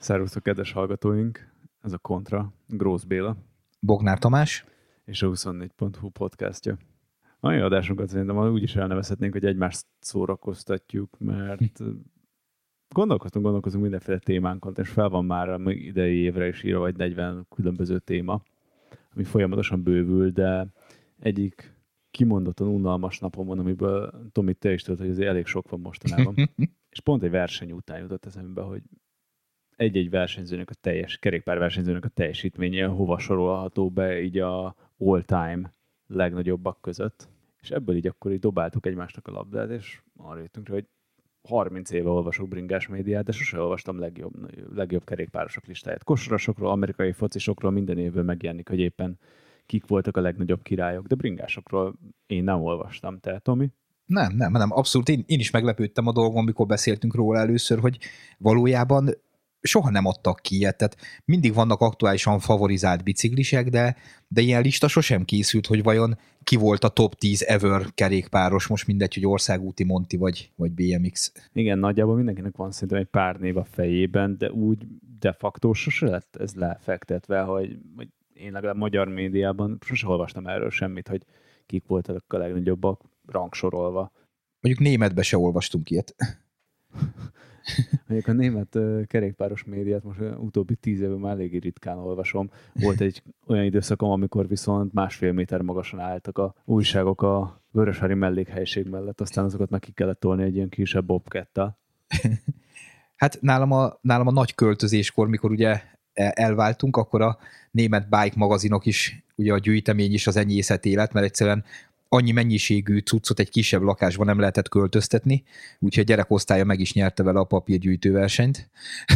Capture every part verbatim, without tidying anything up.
Szervusztok, kedves hallgatóink! Ez a Kontra, Grósz Béla. Bognár Tamás. És a huszonnégy pont hu podcastja. A mai adásunkat szerintem úgy is elnevezhetnénk, hogy egymást szórakoztatjuk, mert gondolkoztunk, gondolkozunk mindenféle témánkon, és fel van már a idei évre is írva, vagy negyven különböző téma, ami folyamatosan bővül, de egyik kimondottan unalmas napon van, amiből Tomi, te is tudod, hogy azért elég sok van mostanában. És pont egy verseny után jutott eszembe, hogy egy-egy versenyzőnek a teljes, kerékpárversenyzőnek a teljesítménye hova sorolható be így a all-time legnagyobbak között. És ebből így akkor így dobáltuk egymásnak a labdát, és arra jöttünk rá, hogy harminc éve olvasok bringás médiát, de sose olvastam legjobb, legjobb kerékpárosok listáját. Kosarasokról, amerikai focisokról minden évben megjelenik, hogy éppen kik voltak a legnagyobb királyok, de bringásokról én nem olvastam. Te, Tomi? Nem, nem, nem, abszolút. Én, én is meglepődtem a dolgon, amikor beszéltünk róla először, hogy valójában soha nem adtak ki ilyet, tehát mindig vannak aktuálisan favorizált biciklisek, de, de ilyen lista sosem készült, hogy vajon ki volt a top tíz ever kerékpáros, most mindegy, hogy országúti Monti vagy, vagy bé em iksz. Igen, nagyjából mindenkinek van szerintem egy pár név a fejében, de úgy de facto sose lett ez lefektetve, hogy, hogy én legalább magyar médiában sose olvastam erről semmit, hogy kik voltak a legnagyobbak rangsorolva. Mondjuk németbe se olvastunk ilyet. Mondjuk a német uh, kerékpáros médiát most uh, utóbbi tíz évben már eléggé ritkán olvasom. Volt egy olyan időszakom, amikor viszont másfél méter magasan álltak a újságok a Vörösvári mellékhelyiség mellett, aztán azokat meg ki kellett tolni egy ilyen kisebb bobcattal. Hát nálam a, nálam a nagy költözéskor, mikor ugye elváltunk, akkor a német bike magazinok is, ugye a gyűjtemény is az enyészet élet, mert egyszerűen annyi mennyiségű cuccot egy kisebb lakásban nem lehetett költöztetni, úgyhogy a gyerekosztálya meg is nyerte vele a papírgyűjtő versenyt.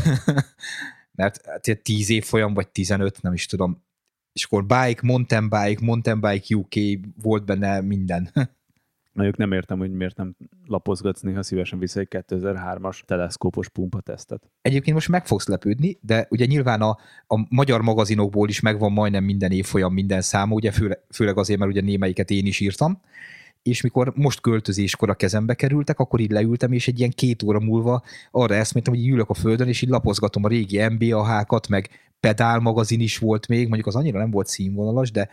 Mert hát tíz év folyam, vagy tizenöt, nem is tudom. És akkor bike, mountain bike, mountain bike u ká, volt benne minden. Mondjuk nem értem, hogy miért nem lapozgatsz néha szívesen vissza egy kétezer-hármas teleszkópos pumpatesztet. Egyébként most meg fogsz lepődni, de ugye nyilván a, a magyar magazinokból is megvan majdnem minden évfolyam, minden száma, ugye főle, főleg azért, mert ugye némelyiket én is írtam, és mikor most költözéskor a kezembe kerültek, akkor így leültem, és egy ilyen két óra múlva arra eszméltem, hogy így ülök a földön, és így lapozgatom a régi em bé á hákat, meg Pedál magazin is volt még, mondjuk az annyira nem volt színvonalas, de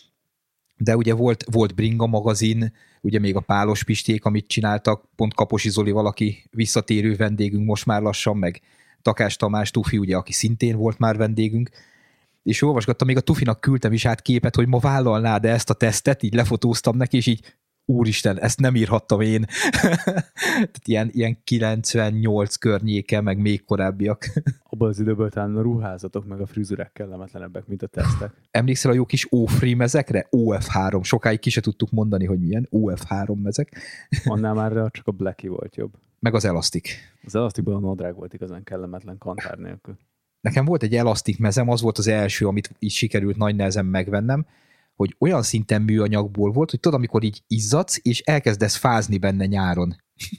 de ugye volt, volt Bringa magazin, ugye még a Pálos Pisték, amit csináltak, pont Kaposi Zoli valaki visszatérő vendégünk most már lassan, meg Takás Tamás Tufi, ugye, aki szintén volt már vendégünk, és olvasgattam, még a Tufinak küldtem is át képet, hogy ma vállalnád ezt a tesztet, így lefotóztam neki, és így úristen, ezt nem írhattam én. Tehát ilyen, ilyen kilencvennyolc környéke, meg még korábbiak. Abban az időben talán a ruházatok meg a frizurák kellemetlenebbek, mint a tesztek. Emlékszel a jó kis ó-free mezekre? ó ef három. Sokáig ki se tudtuk mondani, hogy milyen. ó ef három mezek. Annál már csak a Blackie volt jobb. Meg az elasztik. Az elasztikban a nadrág volt igazán kellemetlen kantár nélkül. Nekem volt egy elasztik mezem, az volt az első, amit így sikerült nagy nehezen megvennem, hogy olyan szinten műanyagból volt, hogy tudod, amikor így izzadsz, és elkezdesz fázni benne nyáron.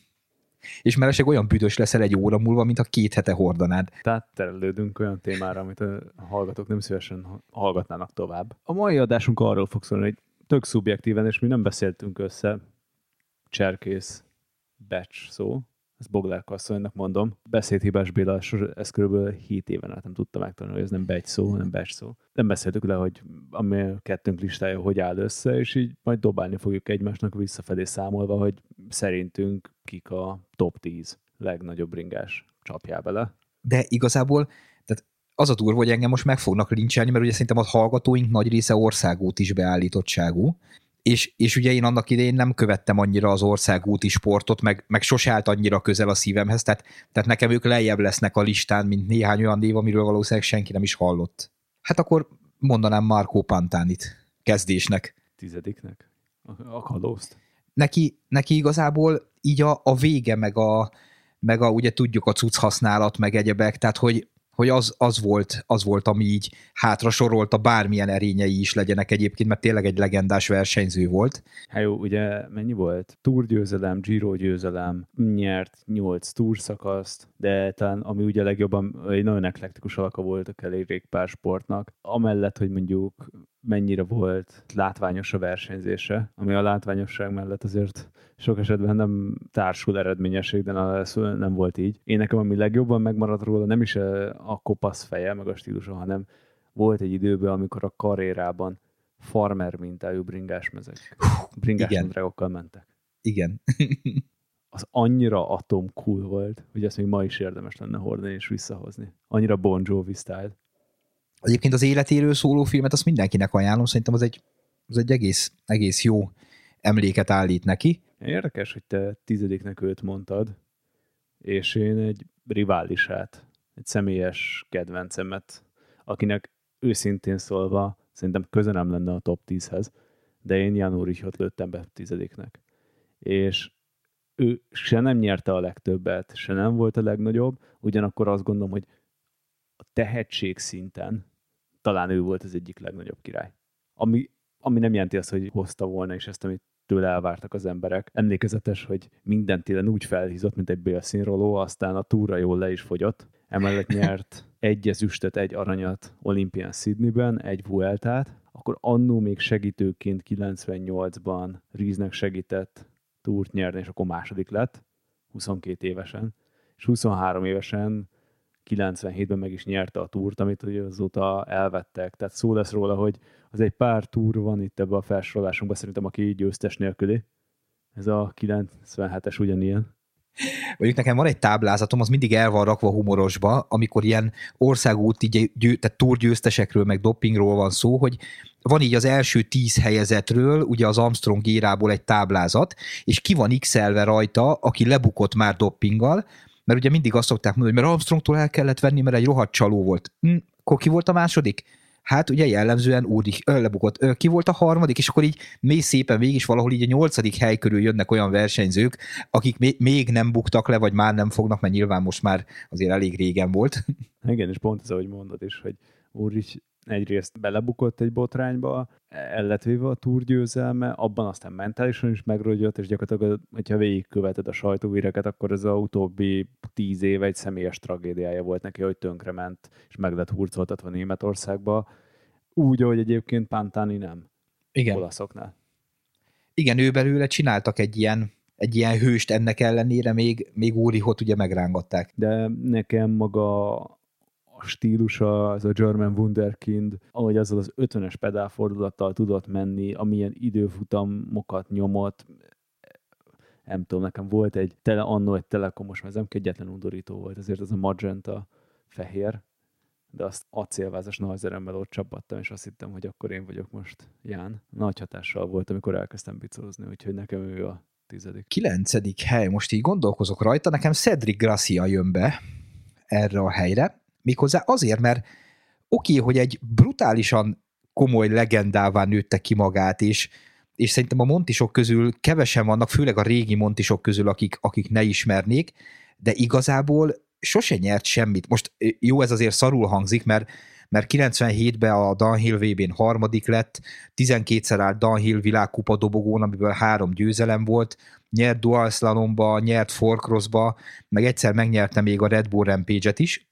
És mellesleg olyan büdös leszel egy óra múlva, mint a két hete hordanád. Tehát terelődünk olyan témára, amit a hallgatók nem szívesen hallgatnának tovább. A mai adásunk arról fog szólni, hogy tök szubjektíven, és mi nem beszéltünk össze, cserkész, batch szó, ezt Boglár Kasszonynak mondom. Beszédhibás Béla, ez körülbelül hét éven át nem tudta megtanulni, hogy ez nem batch szó, hanem batch szó. Nem beszéltük le, hogy ami a kettőnk listája hogy áll össze, és így majd dobálni fogjuk egymásnak visszafelé számolva, hogy szerintünk kik a top tíz legnagyobb bringás csapjá bele. De igazából tehát az a durva, hogy engem most meg fognak lincselni, mert ugye szerintem a hallgatóink nagy része országút is beállítottságú, és, és ugye én annak idején nem követtem annyira az országúti sportot, meg, meg sose állt annyira közel a szívemhez, tehát, tehát nekem ők lejjebb lesznek a listán, mint néhány olyan név, amiről valószínűleg senki nem is hallott. Hát akkor mondanám Marco Pantánit kezdésnek. Tizediknek? A kalózt. Neki, neki igazából így a, a vége, meg a, meg a, ugye tudjuk a cucc használat, meg egyebek, tehát hogy, hogy az, az, volt, az volt, ami így hátra sorolta, bármilyen erényei is legyenek egyébként, mert tényleg egy legendás versenyző volt. Hát jó, ugye mennyi volt? Tour győzelem, Giro győzelem, nyert nyolc Tour szakaszt, de talán ami ugye legjobban egy nagyon eklektikus alaka volt a kerékpársportnak, amellett, hogy mondjuk mennyire volt látványos a versenyzése, ami a látványosság mellett azért sok esetben nem társul eredményesség, de nem volt így. Én nekem ami legjobban megmaradt róla, nem is a kopasz feje, meg a stílusa, hanem volt egy időben, amikor a karrierában farmer mintájú bringásmezek, bringásnadrágokkal mentek. Igen. Az annyira atom cool volt, hogy ezt még ma is érdemes lenne hordani és visszahozni. Annyira Bon Jovi style. Egyébként az életéről szóló filmet azt mindenkinek ajánlom, szerintem az egy, az egy egész, egész jó emléket állít neki. Érdekes, hogy te tizediknek őt mondtad, és én egy riválisát, egy személyes kedvencemet, akinek őszintén szólva szerintem köze nem lenne a top tízhez, de én Jan Urichot lőttem be tizediknek. És ő se nem nyerte a legtöbbet, se nem volt a legnagyobb, ugyanakkor azt gondolom, hogy a tehetség szinten talán ő volt az egyik legnagyobb király. Ami, ami nem jelenti azt, hogy hozta volna is ezt, amit tőle elvártak az emberek. Emlékezetes, hogy minden télen úgy felhízott, mint egy bélszínroló, aztán a túra jól le is fogyott. Emellett nyert egy ezüstöt, egy aranyat olimpián Sydneyben, egy Vueltát, akkor annó még segítőként kilencvennyolcban Riesnek segített túrt nyerni, és akkor második lett, huszonkét évesen, és huszonhárom évesen, kilencvenhétben meg is nyerte a túrt, amit ugye azóta elvettek. Tehát szó lesz róla, hogy az egy pár túr van itt ebben a felsorolásunkban, szerintem aki győztes nélküli. Ez a kilencvenhetes ugyanilyen. Mondjuk nekem van egy táblázatom, az mindig el van rakva humorosba, amikor ilyen országúti győ, tehát túrgyőztesekről, meg dopingról van szó, hogy van így az első tíz helyezetről, ugye az Armstrong érából egy táblázat, és ki van x-elve rajta, aki lebukott már dopinggal, mert ugye mindig azt szokták mondani, hogy mert Armstrongtól el kellett venni, mert egy rohadt csaló volt. Hm, akkor ki volt a második? Hát ugye jellemzően Úri lebukott. Ö, ki volt a harmadik? És akkor így mély szépen végig is valahol így a nyolcadik hely körül jönnek olyan versenyzők, akik még nem buktak le, vagy már nem fognak, mert nyilván most már azért elég régen volt. Igen, és pont ez, ahogy mondod is, hogy Úrich egyrészt belebukott egy botrányba, el lett véve a túrgyőzelme, abban aztán mentálisan is megrögyött, és gyakorlatilag, hogyha végigköveted a sajtóhíreket, akkor ez az utóbbi tíz év egy személyes tragédiája volt neki, hogy tönkrement, és meg lett hurcoltatva Németországba, úgy, ahogy egyébként Pantani nem. Igen. Olaszoknál. Igen, ő belőle csináltak egy ilyen, egy ilyen hőst, ennek ellenére még, még Úrichot ugye megrángatták. De nekem maga a stílusa, az a German Wunderkind, ahogy azzal az ötvenes pedálfordulattal tudott menni, amilyen időfutamokat nyomott, nem tudom, nekem volt egy, tele, annó egy telekomos mezem, egyetlen undorító volt, ezért az a magenta fehér, de azt acélvázas nagyzeremmel ott csapattam, és azt hittem, hogy akkor én vagyok most Ján. Nagy hatással volt, amikor elkezdtem bicózni, úgyhogy nekem ő a tizedik. Kilencedik hely, most így gondolkozok rajta, nekem Cedric Gracia jön be erre a helyre, méghozzá azért, mert oké, okay, hogy egy brutálisan komoly legendává nőtte ki magát, és, és szerintem a montisok közül kevesen vannak, főleg a régi montisok közül, akik, akik ne ismernék, de igazából sose nyert semmit. Most jó, ez azért szarul hangzik, mert, mert kilencvenhétben a Downhill vé bén harmadik lett, tizenkétszer állt Downhill világkupa dobogón, amiből három győzelem volt, nyert dual slalomba, nyert four-crossba, meg egyszer megnyerte még a Red Bull Rampage-et is,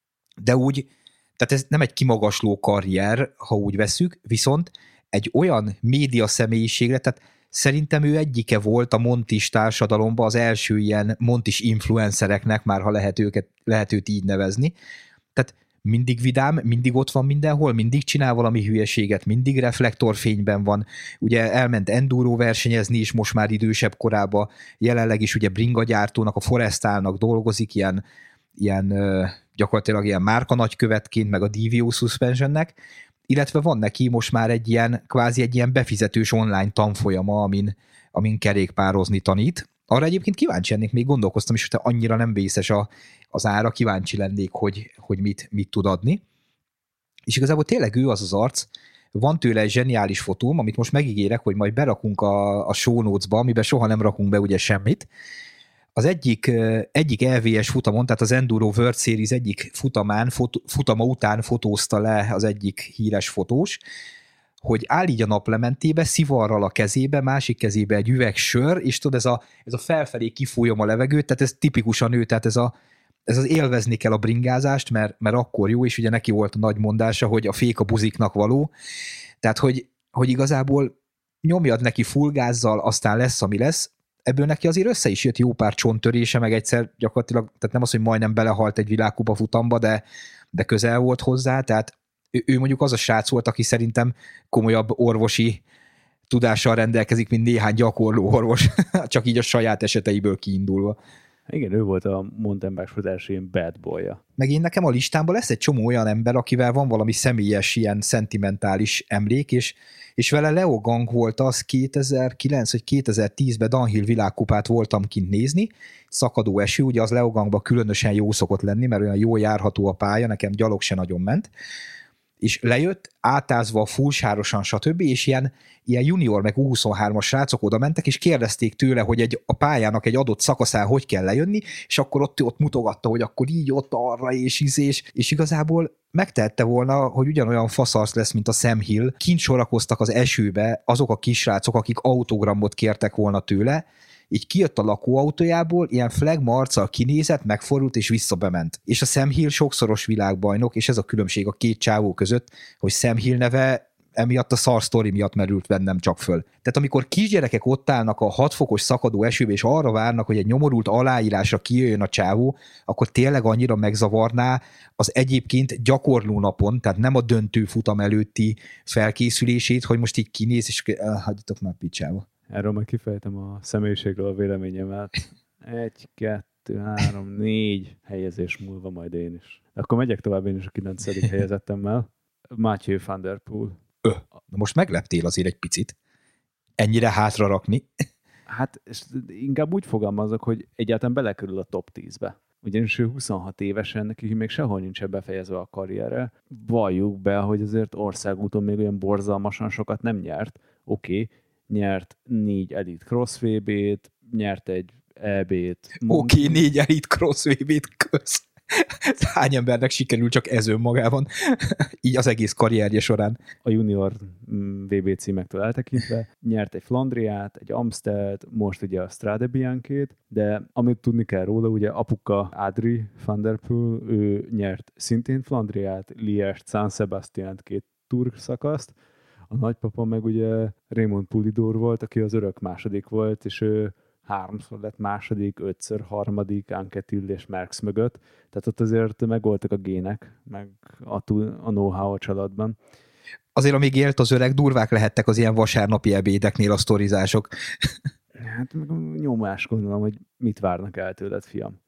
de úgy, tehát ez nem egy kimagasló karrier, ha úgy veszük, viszont egy olyan média személyiségre, tehát szerintem ő egyike volt a montis társadalomban az első ilyen montis influencereknek, már ha lehet, őket, lehet őt így nevezni. Tehát mindig vidám, mindig ott van mindenhol, mindig csinál valami hülyeséget, mindig reflektorfényben van. Ugye elment enduro versenyezni is most már idősebb korában, jelenleg is ugye bringagyártónak, a Forestalnak dolgozik, ilyen, ilyen gyakorlatilag ilyen márka nagykövetként, meg a dé vé o Suspensionnek, illetve van neki most már egy ilyen, kvázi egy ilyen befizetős online tanfolyama, amin, amin kerékpározni tanít. Arra egyébként kíváncsi lennék, még gondolkoztam is, hogy annyira nem vészes a, az ára, kíváncsi lennék, hogy, hogy mit, mit tud adni. És igazából tényleg ő az az arc, van tőle egy zseniális fotóm, amit most megígérek, hogy majd berakunk a, a show notes-ba, amiben soha nem rakunk be ugye semmit. Az egyik, egyik el vé es futamon, tehát az Enduro World Series egyik futamán, fot, futama után fotózta le az egyik híres fotós, hogy áll így a naplementébe, szivarral a kezébe, másik kezébe egy üveg sör, és tudod, ez a, ez a felfelé kifújom a levegőt, tehát ez tipikusan ő, tehát ez, a, ez az élvezni kell a bringázást, mert, mert akkor jó, és ugye neki volt a nagy mondása, hogy a fék a buziknak való, tehát hogy, hogy igazából nyomjad neki full gázzal, aztán lesz, ami lesz. Ebből neki azért össze is jött jó pár csonttörése, meg egyszer gyakorlatilag, tehát nem az, hogy majdnem belehalt egy világkupa futamba, de, de közel volt hozzá, tehát ő, ő mondjuk az a srác volt, aki szerintem komolyabb orvosi tudással rendelkezik, mint néhány gyakorló orvos, csak így a saját eseteiből kiindulva. Igen, ő volt a mountain bike sport első ilyen bad boy-ja. Meg én nekem a listámban lesz egy csomó olyan ember, akivel van valami személyes, ilyen szentimentális emlék, és, és vele Leo Gang volt az kétezer-kilenc vagy kétezer-tízben Downhill világkupát voltam kint nézni, szakadó eső, ugye az Leo Gangban különösen jó szokott lenni, mert olyan jól járható a pálya, nekem gyalog se nagyon ment, és lejött, átázva fullsárosan, stb., és ilyen, ilyen junior meg U huszonhármas srácok oda mentek, és kérdezték tőle, hogy egy, a pályának egy adott szakaszán hogy kell lejönni, és akkor ott, ott mutogatta, hogy akkor így, ott, arra, és ízés, és igazából megtehette volna, hogy ugyanolyan faszarsz lesz, mint a Sam Hill. Kint sorakoztak az esőbe azok a kisrácok, akik autogramot kértek volna tőle, így kijött a lakóautójából, ilyen flagma arccal kinézett, megfordult és visszabement. És a Sam Hill sokszoros világbajnok, és ez a különbség a két csávó között, hogy Sam Hill neve emiatt a szar sztori miatt merült bennem csak föl. Tehát amikor kisgyerekek ott állnak a hat fokos szakadó esőbe, és arra várnak, hogy egy nyomorult aláírásra kijöjjön a csávó, akkor tényleg annyira megzavarná az egyébként gyakorló napon, tehát nem a döntő futam előtti felkészülését, hogy most így kinéz, és hagyjatok már picsába. Erről majd kifejtem a személyiségről a véleményemet. Egy, kettő, három, négy helyezés múlva majd én is. Akkor megyek tovább én is a kilencedik helyezettemmel. Mathieu van der Poel. Ö, most megleptél azért egy picit. Ennyire hátra rakni. Hát inkább úgy fogalmazok, hogy egyáltalán belekerül a top tízbe. Ugyanis ő huszonhat évesen, neki még sehol nincsen befejezve a karriere. Valljuk be, hogy azért országúton még olyan borzalmasan sokat nem nyert. Oké, okay, nyert négy Elite Cross vé bét, nyert egy é bét. Oké, okay, négy Elite Cross vé bét, kösz. Hány embernek sikerül csak ez önmagában, így az egész karrierje során. A junior vé bé címektől eltekintve nyert egy Flandriát, egy Amstelt, most ugye a Strade Bianchét, de amit tudni kell róla, ugye apuka Adri van der Poel, ő nyert szintén Flandriát, Liège, San Sebastiánt, két Tour szakaszt, a nagypapa meg ugye Raymond Poulidor volt, aki az örök második volt, és ő háromszor lett második, ötször harmadik, Anquetil és Merckx mögött. Tehát ott azért megvoltak a gének, meg a, a know-how a családban. Azért, amíg élt az öreg, durvák lehettek az ilyen vasárnapi ebédeknél a sztorizások. Hát meg nyomás gondolom, hogy mit várnak el tőled, fiam.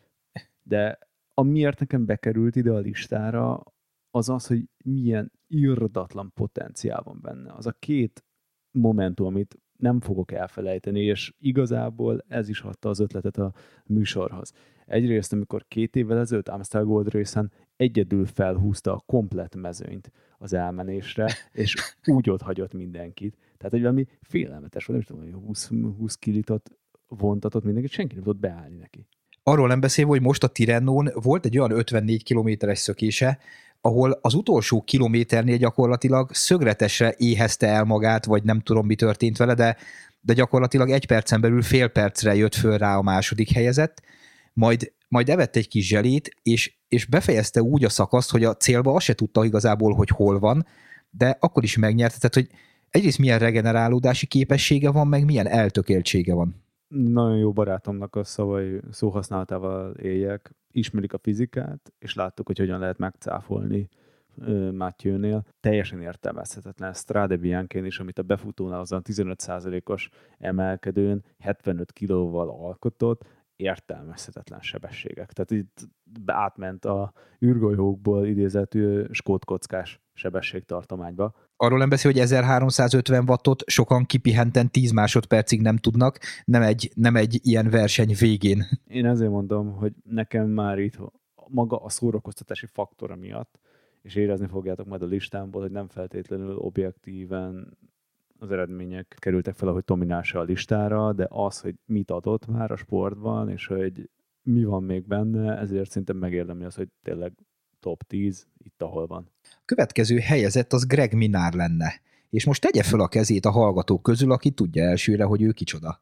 De amiért nekem bekerült ide a listára, az az, hogy milyen irdatlan potenciál van benne. Az a két momentum, amit nem fogok elfelejteni, és igazából ez is adta az ötletet a műsorhoz. Egyrészt, amikor két évvel ezelőtt Amstel Gold Race-en egyedül felhúzta a komplett mezőnyt az elmenésre, és úgy ott hagyott mindenkit. Tehát, hogy valami félelmetes volt, nem tudom, hogy húsz, húsz kilitot vontatott mindenkit, senki nem tudott beállni neki. Arról nem beszélve, hogy most a Tirrenon volt egy olyan ötvennégy kilométeres szökése, ahol az utolsó kilométernél gyakorlatilag szögletesre éhezte el magát, vagy nem tudom, mi történt vele, de, de gyakorlatilag egy percen belül fél percre jött föl rá a második helyezett, majd, majd evett egy kis zselét, és, és befejezte úgy a szakaszt, hogy a célba azt se tudta igazából, hogy hol van, de akkor is megnyerte, tehát hogy egyrészt milyen regenerálódási képessége van, meg milyen eltökéltsége van. Nagyon jó barátomnak a szavai szóhasználatával éljek, ismerik a fizikát, és láttuk, hogy hogyan lehet megcáfolni Mathieu-nél. Teljesen értelmezhetetlen Strade Bianchén is, amit a befutónál azon tizenöt százalékos emelkedőn hetvenöt kilóval alkotott, értelmezhetetlen sebességek. Tehát itt átment a űrgolyókból idézett skótkockás sebességtartományba. Arról nem beszél, hogy ezerháromszázötven wattot sokan kipihenten tíz másodpercig nem tudnak, nem egy, nem egy ilyen verseny végén. Én ezért mondom, hogy nekem már itt maga a szórakoztatási faktora miatt, és érezni fogjátok majd a listámból, hogy nem feltétlenül objektíven az eredmények kerültek fel, ahogy dominálsa a listára, de az, hogy mit adott már a sportban, és hogy mi van még benne, ezért szinte megérdemli az, hogy tényleg top tíz, itt ahol van. A következő helyezett az Greg Minnaar lenne. És most tegye föl a kezét a hallgatók közül, aki tudja elsőre, hogy ő kicsoda.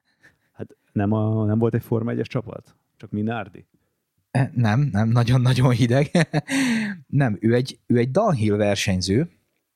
Hát nem, a, nem volt egy Forma egyes csapat? Csak Minardi? Nem, nem, nagyon-nagyon hideg. Nem, ő egy, ő egy downhill versenyző,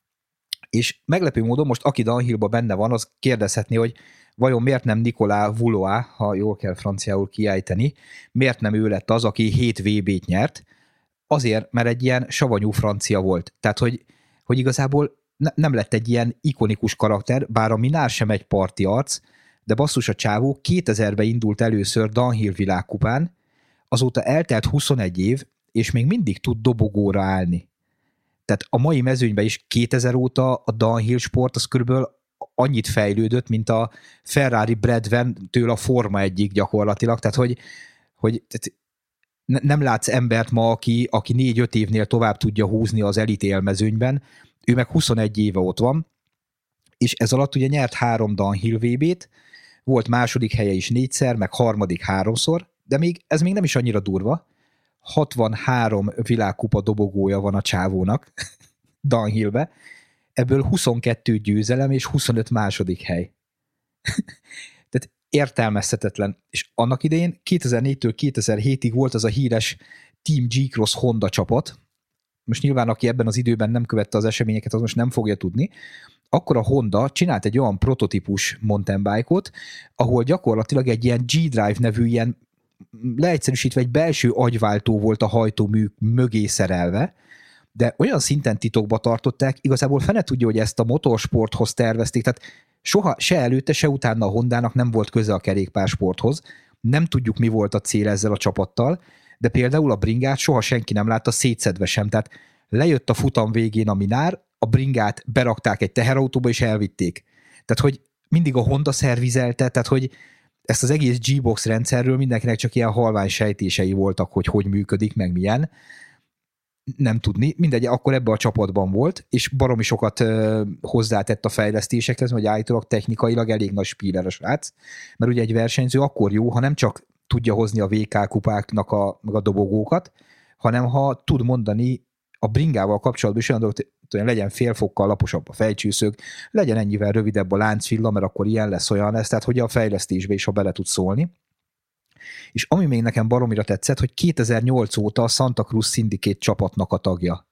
és meglepő módon most aki downhillban benne van, az kérdezhetné, hogy vajon miért nem Nicolas Voulois, ha jól kell franciául kiejteni, miért nem ő lett az, aki hét vé bét nyert. azért, mert egy ilyen savanyú francia volt. Tehát, hogy, hogy igazából ne, nem lett egy ilyen ikonikus karakter, bár a Minár sem egy parti arc, de basszus a csávó kétezerben indult először Downhill világkupán, azóta eltelt huszonegy év, és még mindig tud dobogóra állni. Tehát a mai mezőnyben is kétezer óta a downhill sport az körülbelül annyit fejlődött, mint a Ferrari Brad Van-től a Forma egyik gyakorlatilag, tehát hogy, hogy tehát nem látsz embert ma, aki, aki négy-öt évnél tovább tudja húzni az elit élmezőnyben, ő meg huszonegy éve ott van, és ez alatt ugye nyert három downhill vé bét, volt második helye is négyszer, meg harmadik háromszor, de még, ez még nem is annyira durva, hatvanhárom világkupa dobogója van a csávónak downhillbe, ebből huszonkettő győzelem és huszonöt második hely. Tehát értelmezhetetlen. És annak idején kétezer-négytől kétezer-hétig volt az a híres Team G-Cross Honda csapat, most nyilván aki ebben az időben nem követte az eseményeket, az most nem fogja tudni, akkor a Honda csinált egy olyan prototípus mountain bike-ot, ahol gyakorlatilag egy ilyen G-Drive nevű ilyen leegyszerűsítve egy belső agyváltó volt a hajtómű mögé szerelve, de olyan szinten titokba tartották, igazából fene tudja, hogy ezt a motorsporthoz tervezték, tehát soha se előtte, se utána a Hondának nem volt köze a kerékpársporthoz, nem tudjuk, mi volt a cél ezzel a csapattal, de például a bringát soha senki nem látta szétszedve sem, tehát lejött a futam végén a Minár, a bringát berakták egy teherautóba és elvitték. Tehát, hogy mindig a Honda szervizelte, tehát, hogy ezt az egész G-Box rendszerről mindenkinek csak ilyen halvány sejtései voltak, hogy hogy működik, meg milyen. Nem tudni. Mindegy, akkor ebbe a csapatban volt, és baromi sokat ö, hozzátett a fejlesztésekhez, hogy állítólag technikailag elég nagy spíler a srác, mert ugye egy versenyző akkor jó, ha nem csak tudja hozni a vé ká kupáknak a, meg a dobogókat, hanem ha tud mondani a bringával kapcsolatban is olyan dolgot, hogy legyen fél fokkal laposabb a fejcsőszög, legyen ennyivel rövidebb a láncfilla, mert akkor ilyen lesz, olyan lesz, tehát hogy a fejlesztésbe is, ha bele tud szólni. És ami még nekem baromira tetszett, hogy kétezer-nyolc óta a Santa Cruz Syndicate csapatnak a tagja.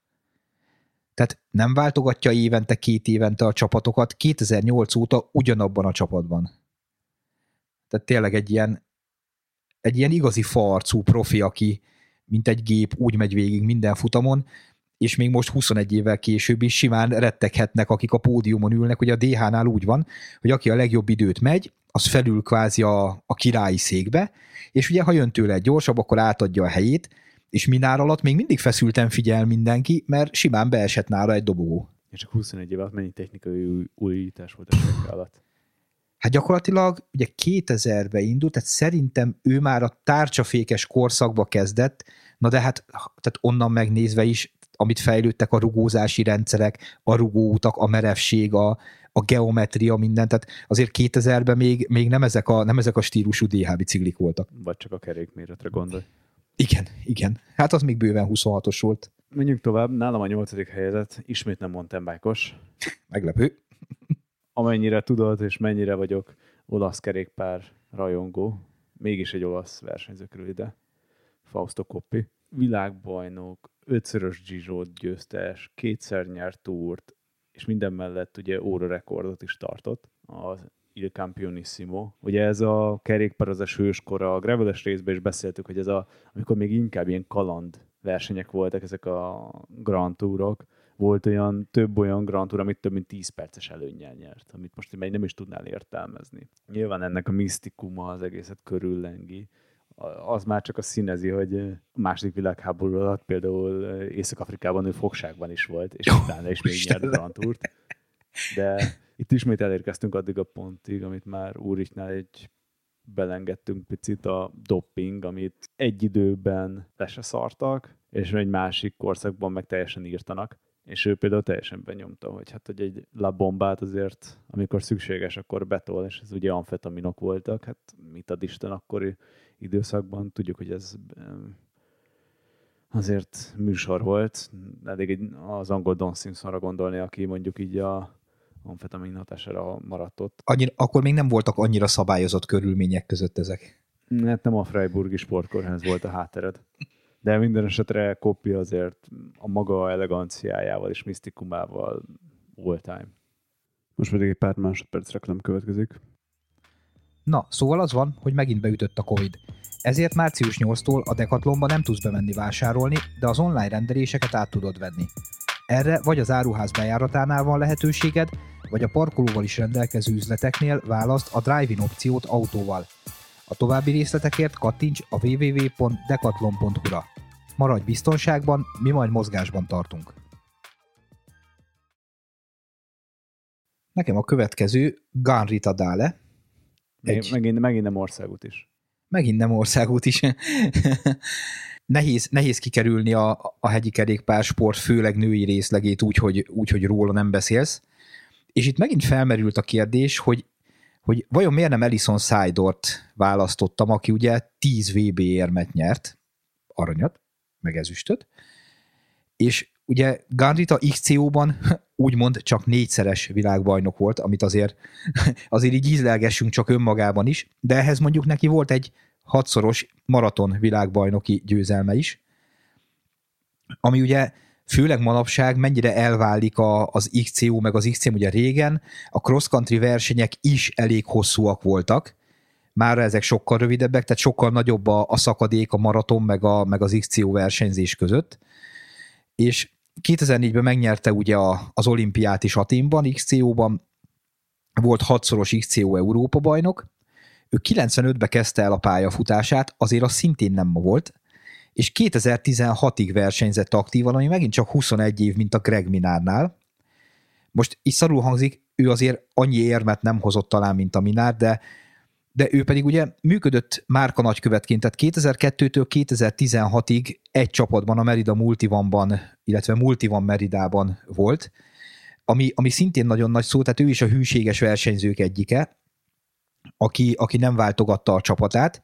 Tehát nem váltogatja évente, két évente a csapatokat, kétezer-nyolc óta ugyanabban a csapatban. Tehát tényleg egy ilyen, egy ilyen igazi faarcú profi, aki mint egy gép úgy megy végig minden futamon, és még most huszonegy évvel később is simán retteghetnek, akik a pódiumon ülnek, ugye a dé há-nál úgy van, hogy aki a legjobb időt megy, az felül kvázi a, a királyi székbe, és ugye ha jön tőle egy gyorsabb, akkor átadja a helyét, és Minár alatt még mindig feszülten figyel mindenki, mert simán beesett nála egy dobogó. És csak huszonegy év alatt mennyi technikai újítás volt a sekre alatt? Hát gyakorlatilag ugye kétezerben indult, tehát szerintem ő már a tárcsafékes korszakba kezdett, na de hát tehát onnan megnézve is, amit fejlődtek a rugózási rendszerek, a rugóutak, a merevség, a, a geometria, minden, tehát azért kétezerben még, még nem, ezek a, nem ezek a stílusú dé há biciklik voltak. Vagy csak a kerékméretre gondolj. Igen, igen. Hát az még bőven huszonhatos volt. Menjünk tovább. Nálam a nyolcadik helyezett, ismét nem mountain bike-os. Meglepő. Amennyire tudod, és mennyire vagyok olasz kerékpár rajongó, mégis egy olasz versenyző kerül ide. Fausto Coppi. Világbajnok, ötszörös Giro-t győztes, kétszer nyert túrt, és minden mellett ugye órarekordot is tartott, az Il Campionissimo. Ugye ez a kerékpározás hőskora, a graveles részben is beszéltük, hogy ez a, amikor még inkább ilyen kaland versenyek voltak ezek a Grand Tourok, volt olyan, több olyan Grand Tour, amit több mint tíz perces előnnyel nyert, amit most még nem is tudnál értelmezni. Nyilván ennek a misztikuma az egészet körüllengi. Az már csak a színezi, hogy a második világháború alatt például Észak-Afrikában ő fogságban is volt, és utána is még nyert Grand Tourt. De itt ismét elérkeztünk addig a pontig, amit már Úrichnál egy belengedtünk picit, a doping, amit egy időben le se szartak, és egy másik korszakban meg teljesen írtanak. És ő például teljesen benyomta, hogy hát hogy egy La Bombát azért, amikor szükséges, akkor betol, és ez ugye amfetaminok voltak, hát mit ad Isten akkori időszakban. Tudjuk, hogy ez azért műsor volt, elég az angol Don Simpsonra gondolni, aki mondjuk így a amfetamin hatására maradt ott. Annyira, akkor még nem voltak annyira szabályozott körülmények között ezek. Hát nem a Freiburgi sportkórház volt a háttered. De minden esetre Coppi azért a maga eleganciájával és misztikumával all time. Most pedig egy pár másodperc reklám következik. Na, szóval az van, hogy megint beütött a Covid. Ezért március nyolcadikától a Decathlonba nem tudsz bemenni vásárolni, de az online rendeléseket át tudod venni. Erre vagy az áruház bejáratánál van lehetőséged, vagy a parkolóval is rendelkező üzleteknél válaszd a drive-in opciót autóval. A további részletekért kattints a double-u double-u double-u pont decathlon pont hu-ra. Maradj biztonságban, mi majd mozgásban tartunk. Nekem a következő Gunrita Dale. Egy... Megint, megint nem országút is. Megint nem országút is. nehéz, nehéz kikerülni a, a hegyi kerékpársport, főleg női részlegét úgy, hogy, úgy, hogy róla nem beszélsz. És itt megint felmerült a kérdés, hogy, hogy vajon miért nem Alison Seidort választottam, aki ugye tíz vé bé érmet nyert, aranyat, meg ezüstöt, és ugye Gunrita iksz cé ó-ban úgymond csak négyszeres világbajnok volt, amit azért, azért így ízlelgessünk csak önmagában is, de ehhez mondjuk neki volt egy hatszoros maraton világbajnoki győzelme is, ami ugye főleg manapság mennyire elválik a, az iksz cé ó, meg az iksz cé em ugye régen, a cross-country versenyek is elég hosszúak voltak, már ezek sokkal rövidebbek, tehát sokkal nagyobb a, a szakadék a maraton, meg, a, meg az iksz cé ó versenyzés között, és kétezer-négyben megnyerte ugye a, az olimpiát is Athénban, iksz cé ó-ban, volt hatszoros iksz cé ó Európa bajnok, ő kilencvenötben kezdte el a pályafutását, azért az szintén nem ma volt, és kétezer-tizenhatig versenyzett aktívan, ami megint csak huszonegy év, mint a Greg Minárnál. Most így szarul hangzik, ő azért annyi érmet nem hozott talán, mint a Minár, de, de ő pedig ugye működött márka nagykövetként, tehát kétezer-kettőtől kétezer-tizenhatig egy csapatban, a Merida Multivanban, illetve Multivan Meridában volt, ami, ami szintén nagyon nagy szó, tehát ő is a hűséges versenyzők egyike, aki, aki nem váltogatta a csapatát,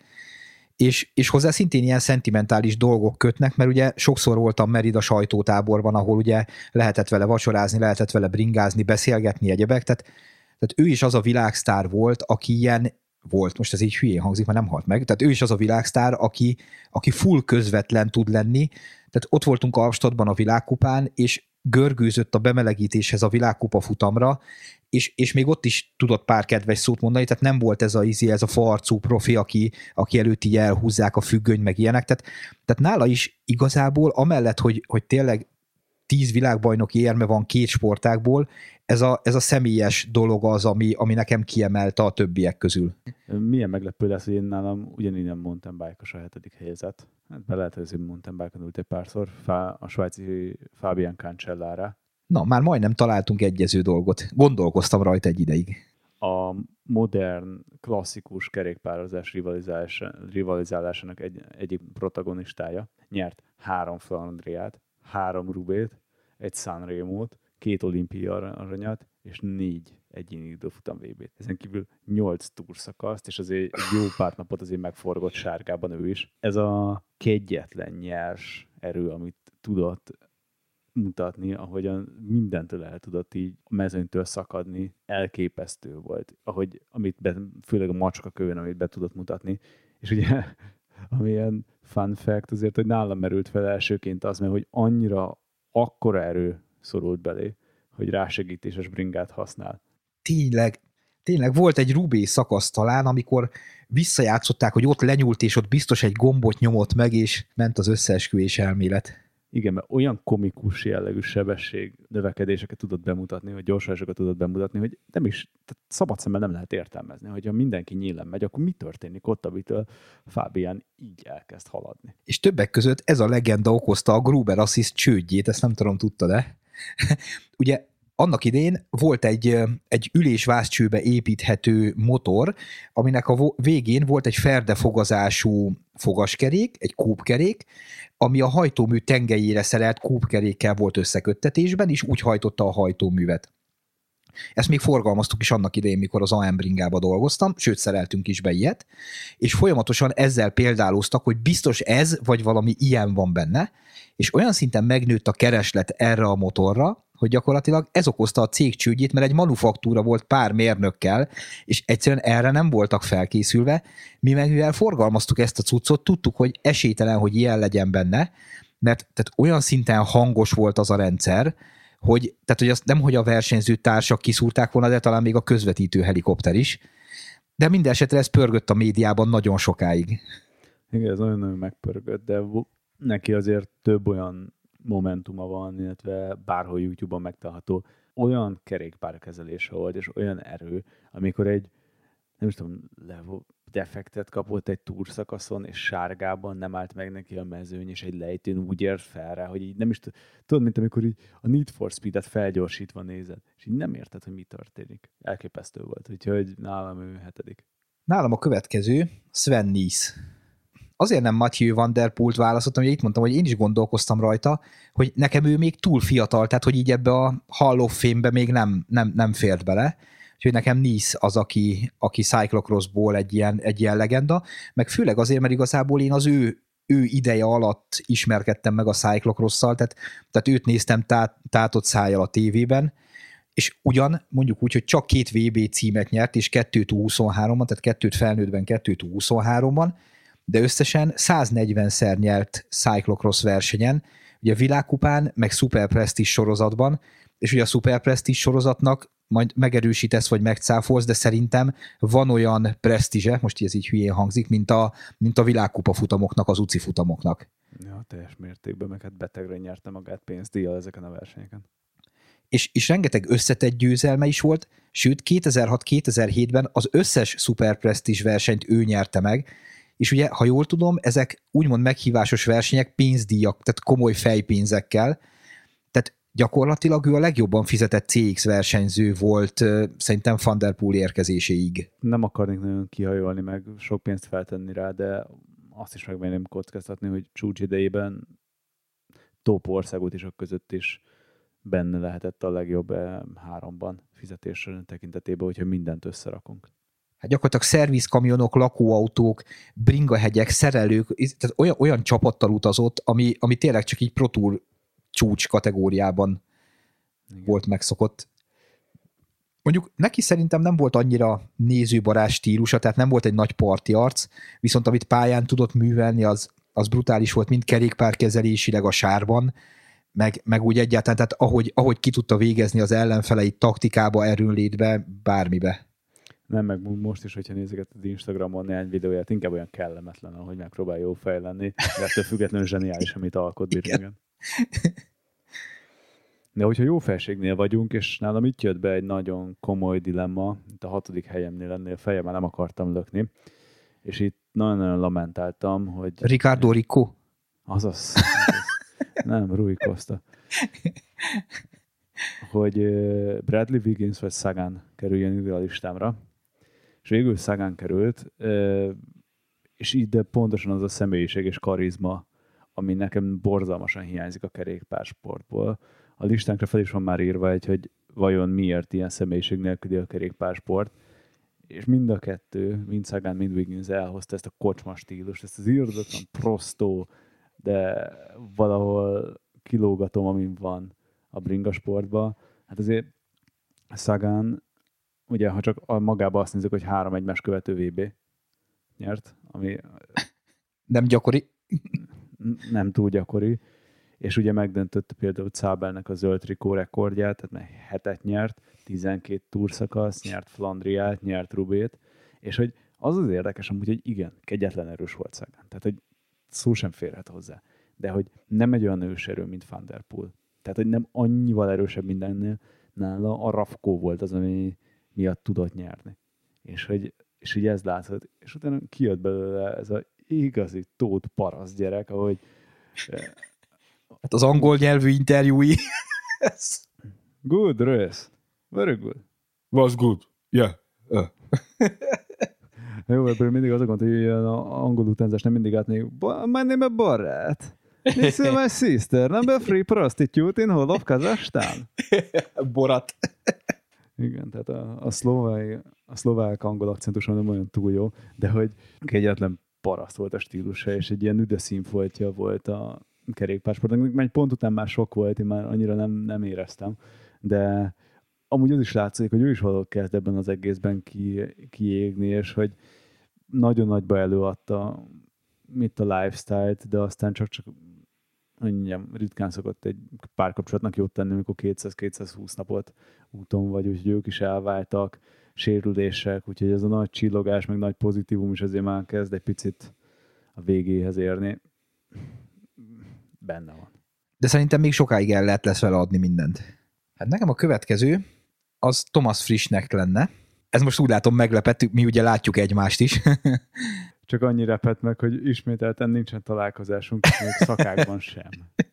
és, és hozzá szintén ilyen szentimentális dolgok kötnek, mert ugye sokszor voltam Merida sajtótáborban, ahol ugye lehetett vele vacsorázni, lehetett vele bringázni, beszélgetni, egyebek, tehát, tehát ő is az a világsztár volt, aki ilyen volt, most ez így hülyén hangzik, mert nem halt meg, tehát ő is az a világsztár, aki, aki full közvetlen tud lenni, tehát ott voltunk Albstadtban a világkupán, és görgőzött a bemelegítéshez a világkupa futamra, és, és még ott is tudott pár kedves szót mondani, tehát nem volt ez a, ez a faarcú profi, aki, aki előtt így elhúzzák a függöny, meg ilyenek, tehát, tehát nála is igazából, amellett, hogy, hogy tényleg tíz világbajnoki érme van két sportákból, ez a, ez a személyes dolog az, ami, ami nekem kiemelte a többiek közül. Milyen meglepő lesz, hogy én nálam ugyanígy nem mountain bike-os a hetedik helyezett. Hát be lehet, hogy mountain bike-on ült egy párszor, a svájci Fabian Cancellara. Na, már majdnem találtunk egyező dolgot. Gondolkoztam rajta egy ideig. A modern, klasszikus kerékpározás rivalizálása, rivalizálásának egy, egyik protagonistája. Nyert három Flandriát, három Roubaix-t, egy Sanremót, két olimpiai aranyat, és négy egyéni időfutam vé bét. Ezen kívül nyolc túrszakaszt, és azért egy jó pár napot azért megforgott sárgában ő is. Ez a kegyetlen nyers erő, amit tudott mutatni, ahogyan mindentől el tudott így a mezőnytől szakadni, elképesztő volt. Ahogy, amit be, főleg a macska kövön, amit be tudott mutatni. És ugye, amilyen fun fact azért, hogy nálam merült fel elsőként az, mert hogy annyira akkora erő szorult belé, hogy rásegítéses bringát használ. Tényleg, tényleg volt egy Roubaix szakasz talán, amikor visszajátszották, hogy ott lenyúlt, és ott biztos egy gombot nyomott meg, és ment az összeesküvés elmélet. Igen, mert olyan komikus jellegű sebesség növekedéseket tudott bemutatni, vagy gyorsulásokat tudott bemutatni, hogy nem is, tehát szabad szemmel nem lehet értelmezni, hogy ha mindenki nyílen megy, akkor mi történik ott, amitől Fabian így elkezd haladni. És többek között ez a legenda okozta a Gruber Assist csődjét, ezt nem tudom, tudtad-e? Ugye annak idején volt egy, egy ülésvászcsőbe építhető motor, aminek a végén volt egy ferdefogazású fogaskerék, egy kúpkerék, ami a hajtómű tengelyére szerelt kúpkerékkel volt összeköttetésben, és úgy hajtotta a hajtóművet. Ezt még forgalmaztuk is annak idején, mikor az á em bringába dolgoztam, sőt, szereltünk is be ilyet, és folyamatosan ezzel példáloztak, hogy biztos ez, vagy valami ilyen van benne, és olyan szinten megnőtt a kereslet erre a motorra, hogy gyakorlatilag ez okozta a cég csődjét, mert egy manufaktúra volt pár mérnökkel, és egyszerűen erre nem voltak felkészülve. Mi meg mivel forgalmaztuk ezt a cuccot, tudtuk, hogy esélytelen, hogy ilyen legyen benne, mert tehát olyan szinten hangos volt az a rendszer, hogy, tehát, hogy azt nem, hogy a versenyző társak kiszúrták volna, de talán még a közvetítő helikopter is. De minden esetre ez pörgött a médiában nagyon sokáig. Igen, ez nagyon-nagyon megpörgött, de neki azért több olyan momentuma van, illetve bárhol YouTube-on megtalálható, olyan kerékpárkezelése volt, és olyan erő, amikor egy, nem is tudom, defektet kapott egy túrszakaszon, és sárgában nem állt meg neki a mezőny, és egy lejtőn úgy ért fel rá, hogy így nem is tudod, mint amikor így a Need for Speed-et felgyorsítva nézed, és így nem érted, hogy mi történik. Elképesztő volt, úgyhogy nálam ő hetedik. Nálam a következő, Sven Nys. Azért nem Mathieu van der Poelt választottam, hogy itt mondtam, hogy én is gondolkoztam rajta, hogy nekem ő még túl fiatal, tehát hogy így ebbe a Hall of Fame-be még nem, nem, nem fért bele. Úgyhogy nekem Nys az, aki, aki cyclocrossból egy ilyen, egy ilyen legenda, meg főleg azért, mert igazából én az ő, ő ideje alatt ismerkedtem meg a cyclocrosszal, tehát, tehát őt néztem tá, tátott szájjal a tévében, és ugyan mondjuk úgy, hogy csak két vé bé címet nyert, és kettőt U huszonháromban, tehát kettőt felnőttben, kettőt U huszonháromban, de összesen száznegyvenszer nyert cyclocross versenyen, ugye a világkupán, meg Super Prestige sorozatban, és ugye a Super Prestige sorozatnak majd megerősítesz, vagy megcáfolsz, de szerintem van olyan presztízse, most ez így hülyén hangzik, mint a, mint a világkupa futamoknak, az u cé i futamoknak. Ja, teljes mértékben, meg hát betegre nyerte magát pénzdíjjal ezeken a versenyeken. És, és rengeteg összetett győzelme is volt, sőt kétezer-hat-kétezer-hétben az összes Super Prestige versenyt ő nyerte meg, és ugye, ha jól tudom, ezek úgymond meghívásos versenyek pénzdíjak, tehát komoly fejpénzekkel, tehát gyakorlatilag ő a legjobban fizetett cé iksz versenyző volt szerintem Van der Poel érkezéséig. Nem akarnék nagyon kihajolni, meg sok pénzt feltenni rá, de azt is megmenném kockáztatni, hogy csúcs idejében top országútisok között is benne lehetett a legjobb háromban fizetés tekintetében, hogyha mindent összerakunk. Hát gyakorlatilag szervizkamionok, lakóautók, bringahegyek, szerelők, tehát olyan, olyan csapattal utazott, ami, ami tényleg csak így Pro Tour csúcs kategóriában igen. volt megszokott. Mondjuk neki szerintem nem volt annyira nézőbarát stílusa, tehát nem volt egy nagy parti arc, viszont amit pályán tudott művelni, az, az brutális volt, mind kerékpárkezelésileg a sárban, meg, meg úgy egyáltalán, tehát ahogy, ahogy ki tudta végezni az ellenfeleit taktikába, erőnlétbe, bármibe. Nem, meg most is, hogyha nézegeted Instagramon néhány videóját, inkább olyan kellemetlen, ahogy megpróbál jó fej lenni, de ettől függetlenül zseniális, amit alkot Birmingham. De hogyha jó felségnél vagyunk, és nálam itt jött be egy nagyon komoly dilemma, itt a hatodik helyemnél ennél fejemmel nem akartam lökni, és itt nagyon-nagyon lamentáltam, hogy... Ricardo Rico? Azaz. azaz. Nem, Rui Costa. Hogy Bradley Wiggins vagy Sagan kerüljön ide a listámra, és végül Sagan került, és ide pontosan az a személyiség és karizma, ami nekem borzalmasan hiányzik a kerékpársportból. A listánkra fel is van már írva egy, hogy vajon miért ilyen személyiség nélküli a kerékpársport, és mind a kettő, mind Sagan, mind Wiggins elhozta ezt a kocsma stílust, ezt az irdatlan prostó, de valahol kilógatom, amin van a bringasportban. Hát azért Sagan, ugye, ha csak a magába azt nézzük, hogy három egymás követő vé bé nyert, ami nem gyakori. Nem túl gyakori, és ugye megdöntötte például Zabelnek a zöld trikó rekordját, tehát meg hetet nyert, tizenkét túrszakasz, nyert Flandriát, nyert Roubaix-t, és hogy az az érdekes amúgy, hogy igen, kegyetlen erős volt Sagan, tehát hogy szó sem férhet hozzá, de hogy nem egy olyan őserő, mint Van der Poel. Tehát, hogy nem annyival erősebb mindennél, nála a Rafko volt az, ami miatt tudott nyerni. És hogy és így ez látszott. És utána kijött belőle ez a igazi tót paraszt gyerek, ahogy... Hát az angol nyelvű interjúi. Good race. Very good. Was good. Yeah. Uh. Jó, ebből mindig az a gond, hogy ilyen angol utánzás nem mindig átnék. My name is Barrett. This is my sister, number three prostitute in whole of Kazakhstan. Borat. Igen, tehát a, a, szlovák, a szlovák angol akcentuson nem olyan túl jó, de hogy kegyetlen paraszt volt a stílusa, és egy ilyen üde színfoltja volt a kerékpársportnak. Egy pont után már sok volt, én már annyira nem, nem éreztem, de amúgy az is látszik, hogy ő is valahol kezd ebben az egészben ki, kiégni, és hogy nagyon nagyba előadta mit a lifestyle-t, de aztán csak-csak mondjam, ritkán szokott egy párkapcsolatnak jót tenni, amikor kétszáz-kétszázhúsz napot úton vagy, úgyhogy ők is elváltak, sérülések, úgyhogy ez a nagy csillogás, meg nagy pozitívum is azért már kezd egy picit a végéhez érni. Benne van. De szerintem még sokáig el lehet lesz vele adni mindent. Hát nekem a következő, az Thomas Frischnek lenne. Ez most úgy látom meglepett, mi ugye látjuk egymást is. Csak annyi repett meg, hogy ismételten nincsen találkozásunk, még szakákban sem.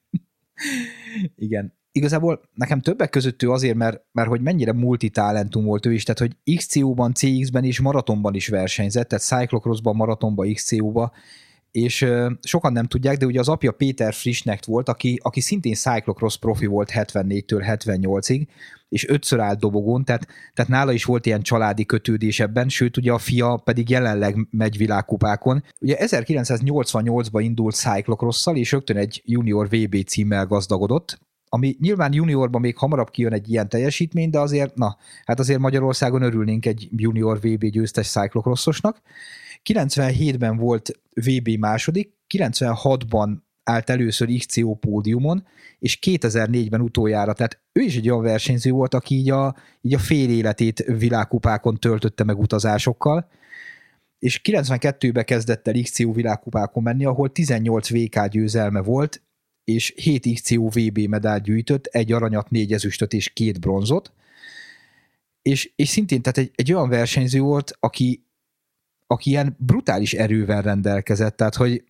Igen. Igazából nekem többek között ő azért, mert, mert hogy mennyire multitalentum volt ő is, tehát hogy iksz cé ó-ban, cé iksz-ben is, maratonban is versenyzett, tehát cyclocrossban, maratonban, iksz cé ó-ban, és uh, sokan nem tudják, de ugye az apja Péter Frischnek volt, aki, aki szintén cyclocross profi volt hetvennégytől hetvennyolcig, és ötször állt dobogón, tehát, tehát nála is volt ilyen családi kötődés ebben, sőt ugye a fia pedig jelenleg megy világkupákon. Ugye ezerkilencszáznyolcvannyolcban indult cyclocrosszal, és rögtön egy junior vé bé címmel gazdagodott, ami nyilván juniorban még hamarabb kijön egy ilyen teljesítmény, de azért, na, hát azért Magyarországon örülnénk egy junior vé bé győztes cyclocrossosnak. kilencvenhétben volt vé bé második, kilencvenhatban állt először iksz cé ó pódiumon, és kétezer-négyben utoljára, tehát ő is egy olyan versenyző volt, aki így a, így a fél életét világkupákon töltötte meg utazásokkal, és kilencvenkettőben kezdett el iksz cé ó világkupákon menni, ahol tizennyolc vé ká győzelme volt, és hét iksz cé ó vé bé medált gyűjtött, egy aranyat, négy ezüstöt és két bronzot, és, és szintén tehát egy, egy olyan versenyző volt, aki, aki ilyen brutális erővel rendelkezett, tehát hogy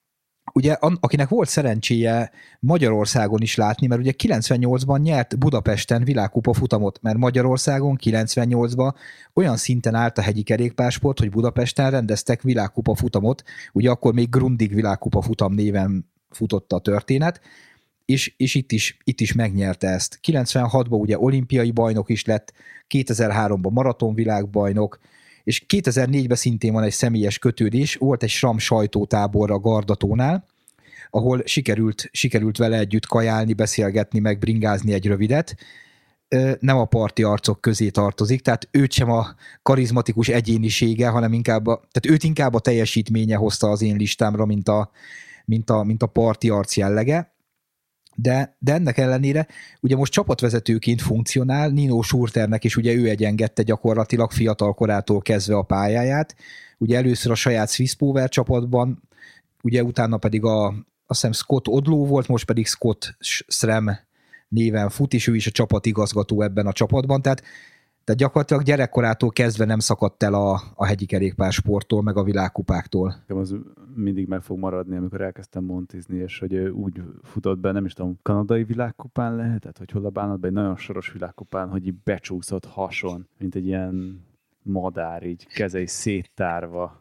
ugye akinek volt szerencséje Magyarországon is látni, mert ugye kilencvennyolcban nyert Budapesten világkupa futamot, mert Magyarországon kilencvennyolcban olyan szinten állt a hegyi kerékpársport, hogy Budapesten rendeztek világkupa futamot, ugye akkor még Grundig világkupa futam néven futott a történet, és, és itt, is, itt is megnyerte ezt. kilencvenhatban ugye olimpiai bajnok is lett, kétezer-háromban maratonvilágbajnok, és kétezer-négyben szintén van egy személyes kötődés, volt egy SRAM sajtótábor a Gardatónál, ahol sikerült, sikerült vele együtt kajálni, beszélgetni, meg bringázni egy rövidet. Nem a parti arcok közé tartozik, tehát őt sem a karizmatikus egyénisége, hanem inkább a, tehát őt inkább a teljesítménye hozta az én listámra, mint a, mint a, mint a parti arc jellege. De, de ennek ellenére ugye most csapatvezetőként funkcionál, Nino Schurternek is ugye ő egyengedte gyakorlatilag fiatal korától kezdve a pályáját, ugye először a saját Swiss Power csapatban, ugye utána pedig a, azt hiszem Scott Odlow volt, most pedig Scott Srem néven fut, és ő is a csapatigazgató ebben a csapatban, tehát, tehát gyakorlatilag gyerekkorától kezdve nem szakadt el a, a hegyi kerékpársporttól, meg a világkupáktól. Az mindig meg fog maradni, amikor elkezdtem montizni, és hogy úgy futott be, nem is tudom, kanadai világkupán lehetett, hogy hol a bánatban, egy nagyon soros világkupán, hogy így becsúszott hason, mint egy ilyen madár, így kezei széttárva.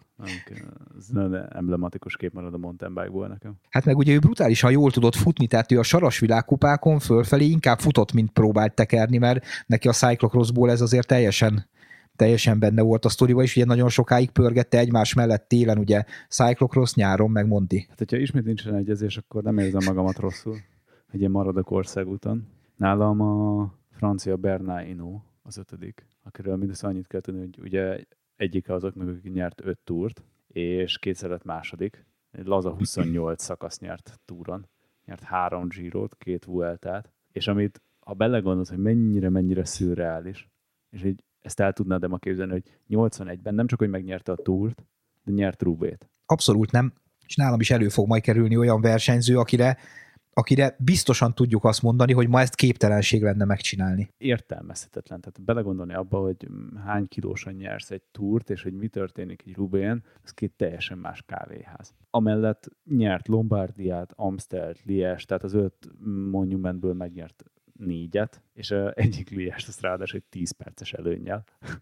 Ez nagyon emblematikus kép marad a mountain bike-ból nekem. Hát meg ugye ő brutálisan jól tudott futni, tehát ő a saras világkupákon fölfelé inkább futott, mint próbált tekerni, mert neki a cyclocrossból ez azért teljesen, teljesen benne volt a sztoriba, és ugye nagyon sokáig pörgette egymás mellett télen, ugye cyclocross, nyáron, meg Monti. Hát, hogyha ismét nincsen egyezés, akkor nem érzem magamat rosszul, hogy én maradok országúton. Nálam a francia Bernard Hinault az ötödik, akiről mindössze annyit kell tudni, hogy ugye egyike azoknak, aki nyert öt túrt, és kétszer lett második. Egy laza huszonnyolc szakasz nyert túron. Nyert három Girót, két Vueltát, és amit, ha belegondolsz, hogy mennyire-mennyire szürreális, és így ezt el tudnád ma képzelni, hogy nyolcvanegyben nem csak, hogy megnyerte a túrt, de nyert Roubaix-t. Abszolút nem. És nálam is elő fog majd kerülni olyan versenyző, akire akire biztosan tudjuk azt mondani, hogy ma ezt képtelenség lenne megcsinálni. Értelmezhetetlen. Tehát belegondolni abba, hogy hány kilósan nyersz egy túrt, és hogy mi történik egy Roubaix-en, ez két teljesen más kávéház. Amellett nyert Lombardiát, Amstelt, Liège, tehát az öt monumentből megnyert négyet, és egyik Liège-t azt ráadásul egy tíz perces előnnyel.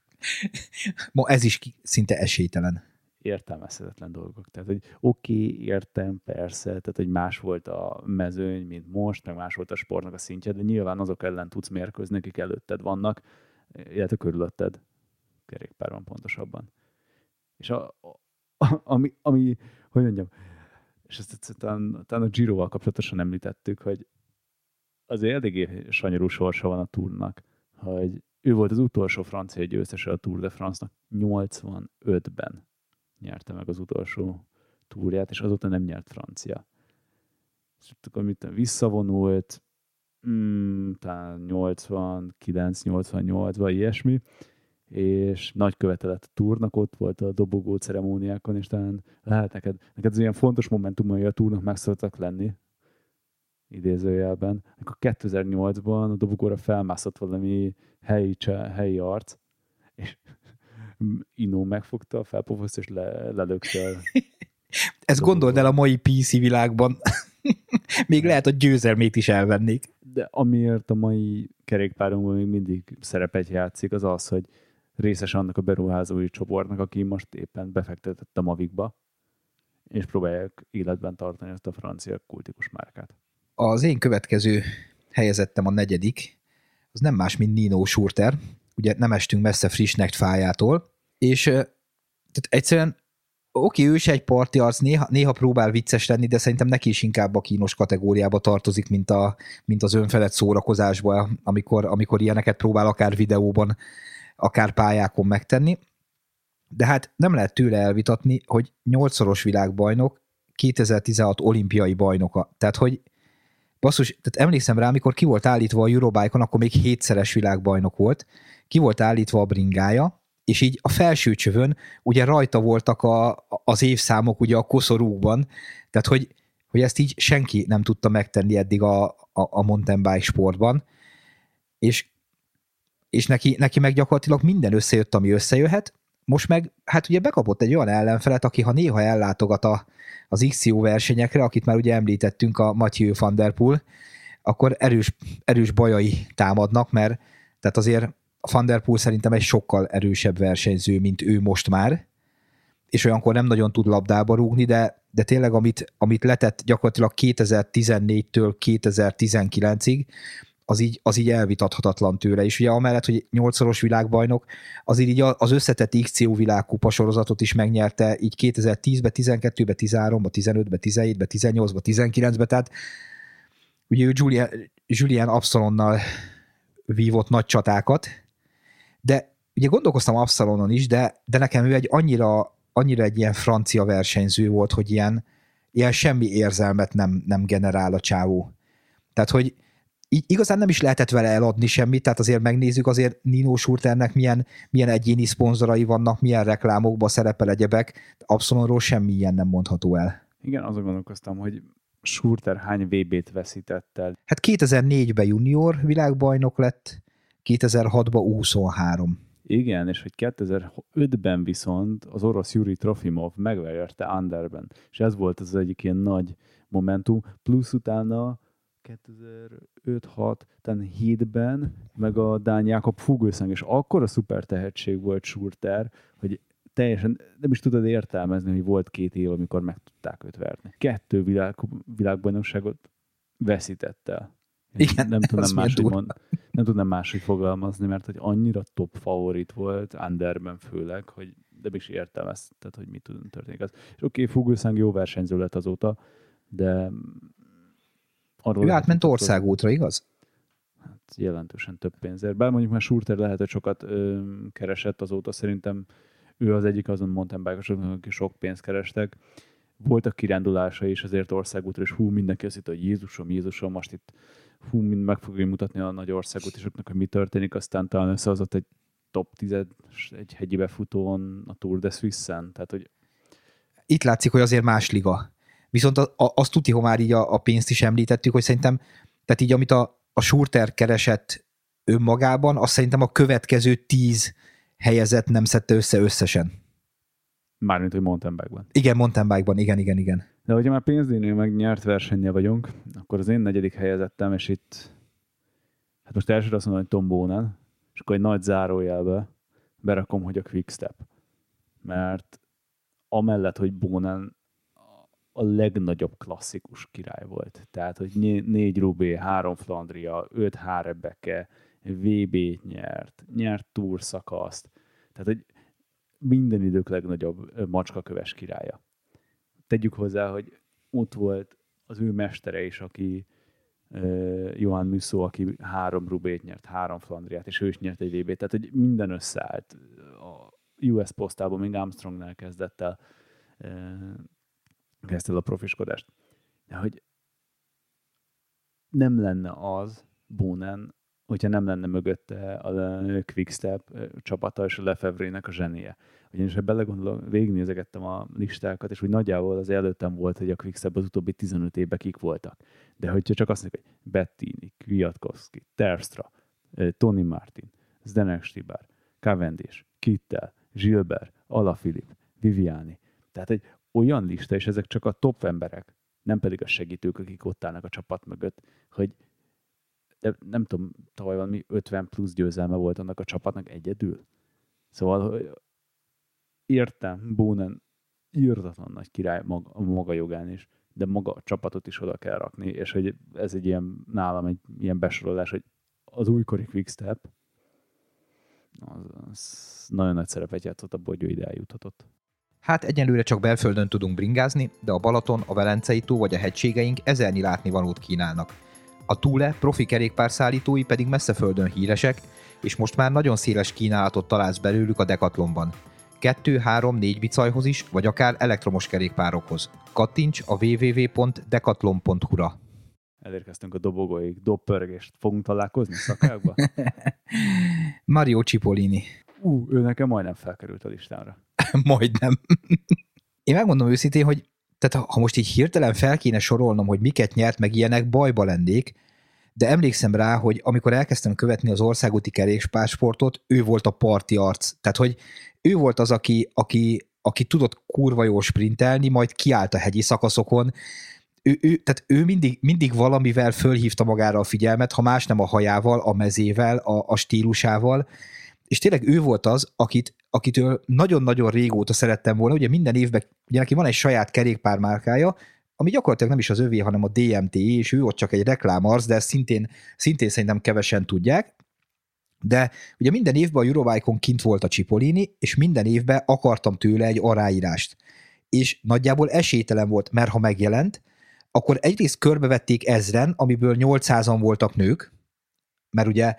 Ma ez is szinte esélytelen. Értelmezhetetlen dolgok. Tehát, hogy oké, okay, értem, persze, tehát, hogy más volt a mezőny, mint most, meg más volt a sportnak a szintje, de nyilván azok ellen tudsz mérkőzni, akik előtted vannak, illetve körülötted, kerékpárban pontosabban. És a, a, ami, ami, hogy mondjam, és ezt talán, talán a Giroval kapcsolatosan említettük, hogy azért eléggé sanyarú sorsa van a Tournak, hogy ő volt az utolsó francia győztese a Tour de France-nak nyolcvanötben nyerte meg az utolsó túrját, és azóta nem nyert francia. És akkor mit visszavonult, hmm, talán nyolcvankilenc nyolcvannyolcban, ilyesmi, és nagy követe lett a túrnak, ott volt a dobogó ceremóniákon, és talán lehet neked, neked az ilyen fontos momentum, hogy a túrnak meg szoktak lenni, idézőjelben. Akkor kétezer-nyolcban a dobogóra felmászott valami helyi, helyi arc, és Ino megfogta, felpofozta, és le, lelökte. Ezt gondold el a mai pé cé világban. Még lehet, hogy győzelmét is elvennék. De amiért a mai kerékpárunkban még mindig szerepet játszik, az az, hogy részes annak a beruházói csoportnak, aki most éppen befektetett a Mavicba, és próbálják életben tartani ezt a francia kultikus márkát. Az én következő helyezettem a negyedik, az nem más, mint Nino Schurter. Ugye nem estünk messze Frischknecht fájától, és tehát egyszerűen oké, ő is egy parti arc, néha, néha próbál vicces lenni, de szerintem neki is inkább a kínos kategóriába tartozik, mint, a, mint az önfelett szórakozásba, amikor, amikor ilyeneket próbál akár videóban, akár pályákon megtenni. De hát nem lehet tőle elvitatni, hogy nyolcszoros világbajnok, kétezer-tizenhat olimpiai bajnoka. Tehát, hogy basszus, tehát emlékszem rá, amikor ki volt állítva a Eurobike-on, akkor még hétszeres világbajnok volt, ki volt állítva a bringája, és így a felső csövön ugye rajta voltak a, az évszámok ugye a koszorúkban, tehát hogy, hogy ezt így senki nem tudta megtenni eddig a, a, a mountain bike sportban, és, és neki, neki meg gyakorlatilag minden összejött, ami összejöhet, most meg hát ugye bekapott egy olyan ellenfelet, aki ha néha ellátogat a, az iksz cé o versenyekre, akit már ugye említettünk, a Mathieu van der Poel, akkor erős, erős bajai támadnak, mert tehát azért Van der Poel szerintem egy sokkal erősebb versenyző, mint ő most már, és olyankor nem nagyon tud labdába rúgni, de, de tényleg amit, amit letett gyakorlatilag kétezer-tizennégytől kétezer-tizenkilencig, az így, az így elvitathatatlan tőle. És ugye amellett, hogy nyolcszoros világbajnok, azért így az összetett iksz cé o világkupa sorozatot is megnyerte, így kétezer-tízbe, tizenkettőbe, tizenháromba, tizenötbe, tizenhétbe, tizennyolcba, tizenkilencbe, tehát ugye ő Julien, Julien Absalonnal vívott nagy csatákat, de ugye gondolkoztam Absalonon is, de, de nekem ő egy annyira, annyira egy ilyen francia versenyző volt, hogy ilyen, ilyen semmi érzelmet nem, nem generál a csávó. Tehát, hogy így igazán nem is lehetett vele eladni semmit, tehát azért megnézzük, azért Nino Schurternek milyen, milyen egyéni szponzorai vannak, milyen reklámokban szerepel egyebek, Absalonról semmi ilyen nem mondható el. Igen, azon gondolkoztam, hogy Schurter hány vé bét veszített el. Hát kétezer-négyben junior világbajnok lett, kétezer-hatban U huszonhárom. Igen, és hogy kétezer-ötben viszont az orosz Yuri Trofimov megverte Anderben, és ez volt az egyik ilyen nagy momentum, plusz utána kétezer-öt hat, talán hétben, meg a dán Jakob Fuglsang, és akkor a szuper tehetség volt Schurter, hogy teljesen nem is tudod értelmezni, hogy volt két év, amikor meg tudták őt verni. Kettő világ, világbajnokságot veszített el. Igen, nem tudnám máshogy mond, nem tudnám máshogy fogalmazni, mert hogy annyira top favorit volt, Anderben főleg, hogy nem is értelmezted, hogy mi tud történni. És oké, okay, Fuglsang jó versenyző lett azóta, de ő átment országútra, igaz? Hát jelentősen több pénzért. Bár mondjuk már Schurter lehet, hogy sokat ö, keresett azóta, szerintem ő az egyik azon mountain bike-osoknak, akik sok pénzt kerestek. Voltak kirándulása is azért országútra, és hú, mindenki azt hitt, hogy Jézusom, Jézusom, most itt hú, mind meg fogja mutatni a nagy országútisoknak, hogy mi történik, aztán talán összehozott egy top tíz egy hegyi befutón a Tour de Suisse-en. Tehát, hogy... Itt látszik, hogy azért más liga. Viszont azt tudni, ha már így a, a pénzt is említettük, hogy szerintem, tehát így amit a, a Schurter keresett önmagában, azt szerintem a következő tíz helyezett nem szedte össze összesen. Mármint, hogy mountain bike-ban. Igen, mountain bike-ban, igen, igen, igen. De hogyha már pénzdíjnél meg nyert versennyel vagyunk, akkor az én negyedik helyezettem, és itt hát most elsőre azt mondom, hogy Tom Boonen, és akkor egy nagy zárójelbe berakom, hogy a Quickstep. Mert amellett, hogy Boonen a legnagyobb klasszikus király volt. Tehát, hogy négy Rubé, három Flandria, öt Harebeke, vé bét nyert, nyert Tour szakaszt. Tehát, hogy minden idők legnagyobb macskaköves királya. Tegyük hozzá, hogy ott volt az ő mestere is, aki uh, Johan Musso, aki három Rubét nyert, három Flandriát, és ő is nyert egy vé bét. Tehát, hogy minden összeállt. A U S Postában még Armstrongnál kezdett el uh, kezdte el a profiskodást. De hogy nem lenne az Boonen, hogyha nem lenne mögötte a Quickstep csapata és a Lefebvre-nek a zsenie. Ugyanis, ha belegondolom, végignézegettem a listákat, és úgy nagyjából az előttem volt, hogy a Quickstep az utóbbi tizenöt évben kik voltak. De hogyha csak azt mondjuk, hogy Bettini, Kwiatkowski, Terpstra, Tony Martin, Zdenek Stybar, Cavendish, Kittel, Gilbert, Alaphilippe, Viviani. Tehát egy olyan lista, és ezek csak a top emberek, nem pedig a segítők, akik ott állnak a csapat mögött, hogy de nem tudom, tavaly valami ötven plusz győzelme volt annak a csapatnak egyedül. Szóval hogy értem, Boonen írtatlan nagy király maga, a maga jogán is, de maga a csapatot is oda kell rakni, és hogy ez egy ilyen, nálam egy ilyen besorolás, hogy az újkori Quickstep az, az nagyon nagy szerepet játszott abból, hogy ő ide eljuthatott. Hát egyelőre csak belföldön tudunk bringázni, de a Balaton, a Velencei tó vagy a hegységeink ezernyi látnivalót kínálnak. A Thule profi kerékpárszállítói pedig messze földön híresek, és most már nagyon széles kínálatot találsz belőlük a Decathlonban. kettő, három, négy bicajhoz is, vagy akár elektromos kerékpárokhoz. Kattints a double-u double-u double-u pont decathlon pont hu-ra. Elérkeztünk a dobogóig, dobpörgést fogunk találkozni szakákba? Mario Cipollini. Ú, uh, ő nekem majdnem felkerült a listámra. Majdnem. Én megmondom őszintén, hogy tehát ha most így hirtelen fel kéne sorolnom, hogy miket nyert, meg ilyenek, bajba lennék, de emlékszem rá, hogy amikor elkezdtem követni az országúti kerékpársportot, ő volt a parti arc. Tehát, hogy ő volt az, aki, aki, aki tudott kurva jól sprintelni, majd kiállt a hegyi szakaszokon. Ő, ő, tehát ő mindig, mindig valamivel fölhívta magára a figyelmet, ha más nem a hajával, a mezével, a, a stílusával, és tényleg ő volt az, akit, akitől nagyon-nagyon régóta szerettem volna, ugye minden évben, ugye neki van egy saját kerékpármárkája, ami gyakorlatilag nem is az övé, hanem a dé em té, és ő ott csak egy reklámarc, de ezt szintén, szintén szerintem kevesen tudják. De ugye minden évben a Eurobike-on kint volt a Cipollini, és minden évben akartam tőle egy aláírást. És nagyjából esélytelen volt, mert ha megjelent, akkor egyrészt körbevették ezren, amiből nyolcszázan voltak nők, mert ugye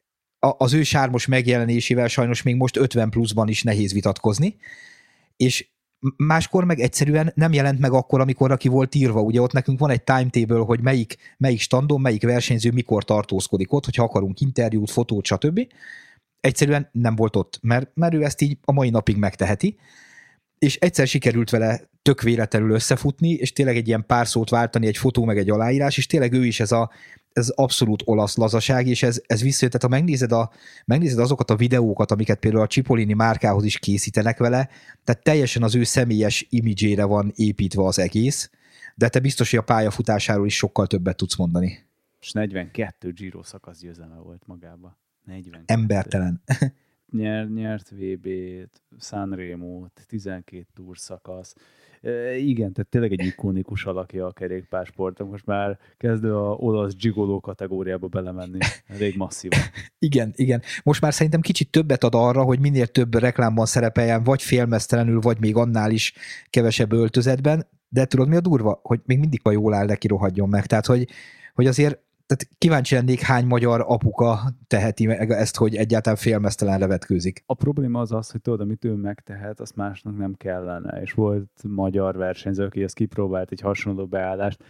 az ő sármos megjelenésével sajnos még most ötven pluszban is nehéz vitatkozni, és máskor meg egyszerűen nem jelent meg akkor, amikor aki volt írva. Ugye ott nekünk van egy timetable, hogy melyik, melyik standon, melyik versenyző mikor tartózkodik ott, hogyha akarunk interjút, fotót, stb. Egyszerűen nem volt ott, mert, mert ő ezt így a mai napig megteheti, és egyszer sikerült vele tök véletlenül összefutni, és tényleg egy ilyen pár szót váltani, egy fotó meg egy aláírás, és tényleg ő is ez a ez abszolút olasz lazaság, és ez, ez visszajött, tehát ha megnézed, a, megnézed azokat a videókat, amiket például a Cipollini márkához is készítenek vele, tehát teljesen az ő személyes imidzsére van építve az egész, de te biztos, hogy a pályafutásáról is sokkal többet tudsz mondani. És negyvenkettő Giro szakasz győzelme volt magában. negyvenkettő. Embertelen. Nyer, nyert vé bét, Sanremót, tizenkét túr szakasz. E, igen, tehát tényleg egy ikonikus alakja a kerékpársportnak. Most már kezdő a olasz gigoló kategóriába belemenni. Elég masszívan. Igen, igen. Most már szerintem kicsit többet ad arra, hogy minél több reklámban szerepeljen, vagy félmeztelenül, vagy még annál is kevesebb öltözetben, de tudod mi a durva? Hogy még mindig a jól áll neki, rohadjon meg. Tehát, hogy, hogy azért tehát kíváncsi lennék, hány magyar apuka teheti meg ezt, hogy egyáltalán félmeztelenre vetkőzik. A probléma az az, hogy tudod, amit ő megtehet, azt másnak nem kellene. És volt magyar versenyző, aki ezt kipróbált egy hasonló beállást,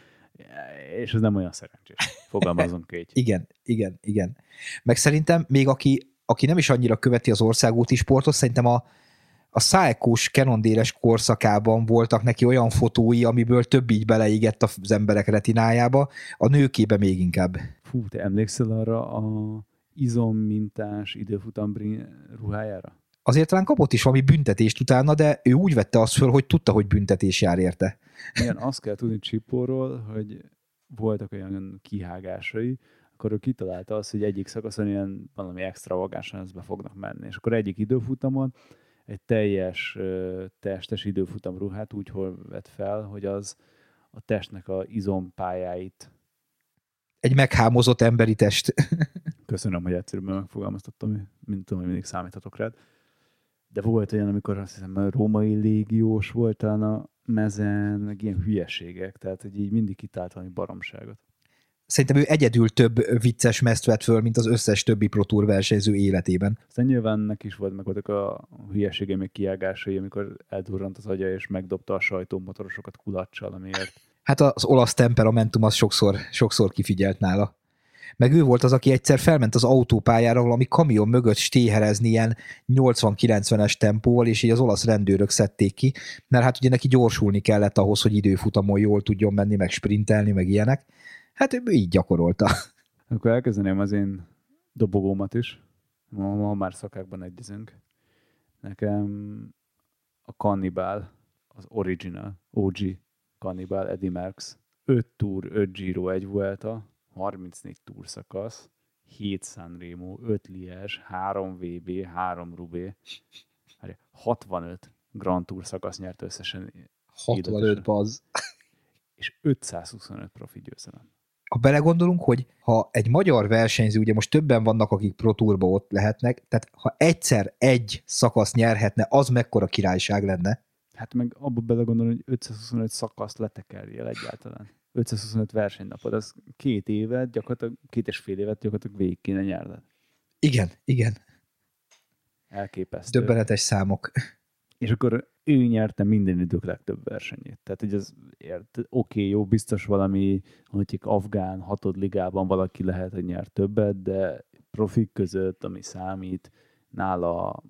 és ez nem olyan szerencsés. Fogalmazunk így. Igen, igen, igen. Meg szerintem még aki, aki nem is annyira követi az országúti sportot, szerintem a a Saekos kenondéres korszakában voltak neki olyan fotói, amiből több így beleégett az emberek retinájába, a nőkébe még inkább. Fú, te emlékszel arra a izommintás időfutam ruhájára? Azért talán kapott is valami büntetést utána, de ő úgy vette azt föl, hogy tudta, hogy büntetés jár érte. Igen, azt kell tudni Csipóról, hogy voltak olyan kihágásai, akkor ő kitalálta azt, hogy egyik szakaszon ilyen valami extravagánsan ezt be fognak menni. És akkor egyik időfutamon egy teljes uh, testes időfutam ruhát úgy vett fel, hogy az a testnek a izompályáit. Egy meghámozott emberi test. Köszönöm, hogy egyszerűen megfogalmaztattam, mint tudom, hogy mindig számíthatok rád. De volt olyan, amikor azt hiszem, a római légiós volt talán a mezen, meg ilyen hülyeségek, tehát hogy így mindig kitalált valami baromságot. Szerintem ő egyedül több vicces mezt vett föl, mint az összes többi Pro Tour versenyző életében. Aztán nyilván neki is volt meg voltak a hülyeségei, még kiágásai, amikor eldurrant az agya, és megdobta a sajtómotorosokat kulaccsal, amiért. Hát az olasz temperamentum az sokszor, sokszor kifigyelt nála. meg ő volt az, aki egyszer felment az autópályára valami kamion mögött stéherezni ilyen nyolcvan-kilencvenes tempóval, és így az olasz rendőrök szedték ki, mert hát ugye neki gyorsulni kellett ahhoz, hogy időfutamon jól tudjon menni, meg sprintelni, meg ilyenek. Hát ő így gyakorolta. Akkor elkezdeném az én dobogómat is. Ma, ma már szakákban egyezünk. Nekem a Cannibal, az original, o gé Cannibal, Eddie Merckx. öt túr, öt Giro, egy Vuelta, harmincnégy túr szakasz, hét Sanremo, öt Liège, három vé bé, három Roubaix, hatvanöt Grand Tour szakasz nyert összesen. hatvanöt az. És ötszázhuszonöt profi győzelem. Ha belegondolunk, hogy ha egy magyar versenyző, ugye most többen vannak, akik Pro Tourba ott lehetnek, tehát ha egyszer egy szakasz nyerhetne, az mekkora királyság lenne? Hát meg abba belegondolni, hogy ötszázhuszonöt szakaszt letekerjél egyáltalán. ötszázhuszonöt versenynapod, az két évet, gyakorlatilag két és fél évet gyakorlatilag végig kéne nyerned. Igen, igen. Elképesztő. Döbbenetes számok. És akkor ő nyerte minden idők legtöbb versenyét. Tehát, hogy az oké, okay, jó, biztos valami, hogy afgán hatod ligában valaki lehet, hogy nyert többet, de profik között, ami számít, nála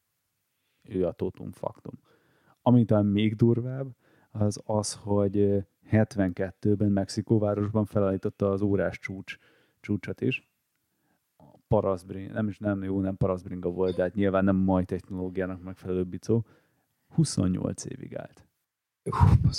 ő a totum faktum. Ami talán még durvább, az az, hogy hetvenkettőben Mexikóvárosban felállította az órás csúcs, csúcsot is. A paraszbringa, nem is nem jó, nem paraszbringa volt, de hát nyilván nem mai technológiának megfelelő bicó. huszonnyolc évig állt. Uh,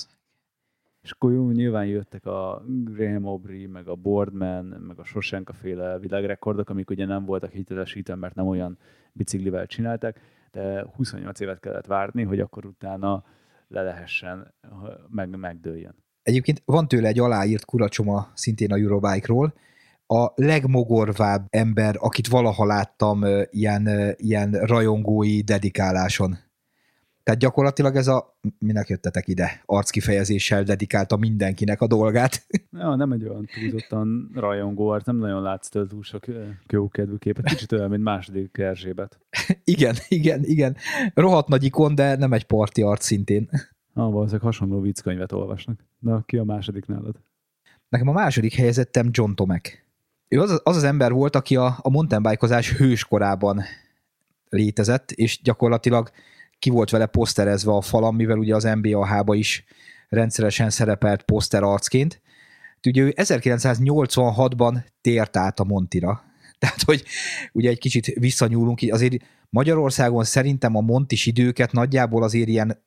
és akkor jó, nyilván jöttek a Graham Aubrey, meg a Boardman, meg a Sosenka féle világrekordok, amik ugye nem voltak hitelesítve, mert nem olyan biciklivel csinálták, de huszonnyolc évet kellett várni, hogy akkor utána le lehessen, meg, megdőljön. Egyébként van tőle egy aláírt kuracsoma szintén a Eurobike-ról. A legmogorvább ember, akit valaha láttam ilyen, ilyen rajongói dedikáláson. Tehát gyakorlatilag ez a, minek jöttetek ide, arckifejezéssel dedikálta mindenkinek a dolgát. Ja, nem egy olyan túlzottan rajongó arc, nem nagyon látsz tőle túl sok jókedvű képet. Kicsit olyan, mint második Erzsébet. igen, igen, igen. Rohadt nagy ikon, de nem egy parti arc szintén. Ah, valószínűleg hasonló vicckönyvet olvasnak. Na, ki a második nálad? Nekem a második helyezettem John Tomek. Ő az az, az, az ember volt, aki a, a mountainbike-ozás hőskorában létezett, és gyakorlatilag ki volt vele poszterezve a falam, mivel ugye az en bé á há-ba is rendszeresen szerepelt poszterarcként. Ugye ő ezerkilencszáznyolcvanhatban tért át a Montira. Tehát, hogy ugye egy kicsit visszanyúlunk, azért Magyarországon szerintem a montis időket nagyjából azért ilyen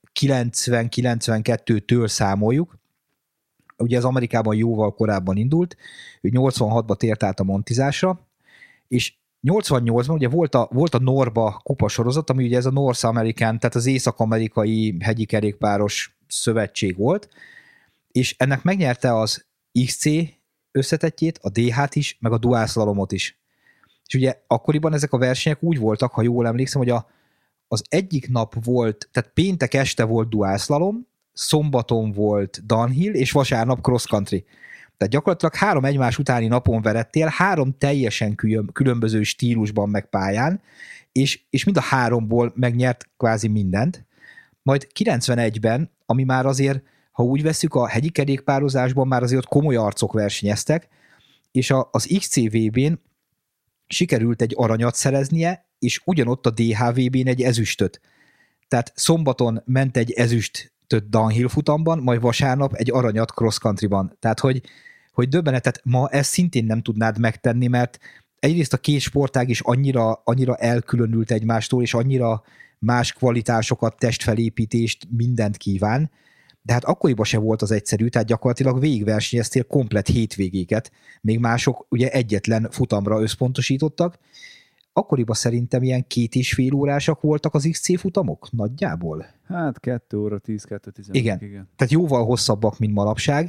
kilencven-kilencvenkettőtől számoljuk. Ugye az Amerikában jóval korábban indult, ő nyolcvanhatban tért át a montizásra, és nyolcvannyolcban ugye volt a, volt a Norba kupasorozat, ami ugye ez a North American, tehát az észak-amerikai hegyi kerékpáros szövetség volt, és ennek megnyerte az iksz cé összetettjét, a dé hát is, meg a duálszlalomot is. És ugye akkoriban ezek a versenyek úgy voltak, ha jól emlékszem, hogy a, az egyik nap volt, tehát péntek este volt duálszlalom, szombaton volt downhill, és vasárnap cross country. Tehát gyakorlatilag három egymás utáni napon verettél, három teljesen különböző stílusban meg pályán, és, és mind a háromból megnyert kvázi mindent. Majd kilencvenegyben, ami már azért, ha úgy vesszük, a hegyi kerékpározásban már azért komoly arcok versenyeztek, és a, az iksz cé vé bén sikerült egy aranyat szereznie, és ugyanott a dé há vé bén egy ezüstöt. Tehát szombaton ment egy ezüst downhill futamban, majd vasárnap egy aranyat cross countryban. Tehát, hogy, hogy döbbenetet ma ezt szintén nem tudnád megtenni, mert egyrészt a két sportág is annyira, annyira elkülönült egymástól, és annyira más kvalitásokat, testfelépítést, mindent kíván, de hát akkoriban se volt az egyszerű, tehát gyakorlatilag végigversenyeztél komplett hétvégéket, még mások ugye egyetlen futamra összpontosítottak. Akkoriban szerintem ilyen két és fél órásak voltak az iksz cé futamok nagyjából. Hát kettő óra, tíz, kettő, tizenegy. Igen. igen, tehát jóval hosszabbak, mint manapság.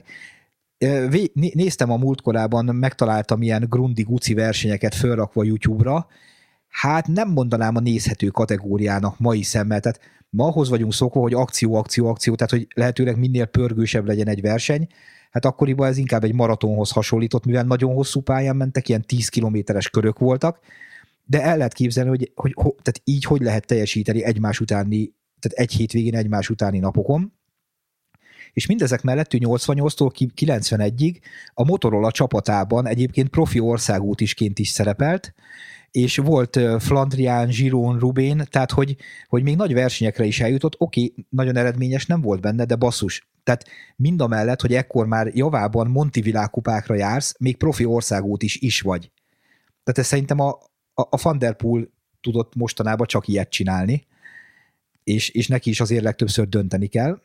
Néztem a múltkorában, megtaláltam ilyen Grundi Guci versenyeket fölrakva YouTube-ra, hát nem mondanám a nézhető kategóriának mai szemmel, tehát ma ahhoz vagyunk szokva, hogy akció, akció, akció, tehát hogy lehetőleg minél pörgősebb legyen egy verseny, hát akkoriban ez inkább egy maratonhoz hasonlított, mivel nagyon hosszú pályán mentek, ilyen tíz kilométeres körök voltak, de el lehet képzelni, hogy, hogy, hogy tehát így hogy lehet teljesíteni egymás utáni, tehát egy hétvégén egymás utáni napokon, és mindezek mellett ő nyolcvannyolctól kilencvenegyig a Motorola csapatában egyébként profi országútisként is szerepelt, és volt Flandrián, Giron, Rubén, tehát hogy, hogy még nagy versenyekre is eljutott, oké, okay, nagyon eredményes nem volt benne, de basszus. Tehát mind a mellett, hogy ekkor már javában Monti világkupákra jársz, még profi országút is is vagy. Tehát ez szerintem a, a, a Van der Poel tudott mostanában csak ilyet csinálni, és, és neki is azért legtöbbször dönteni kell.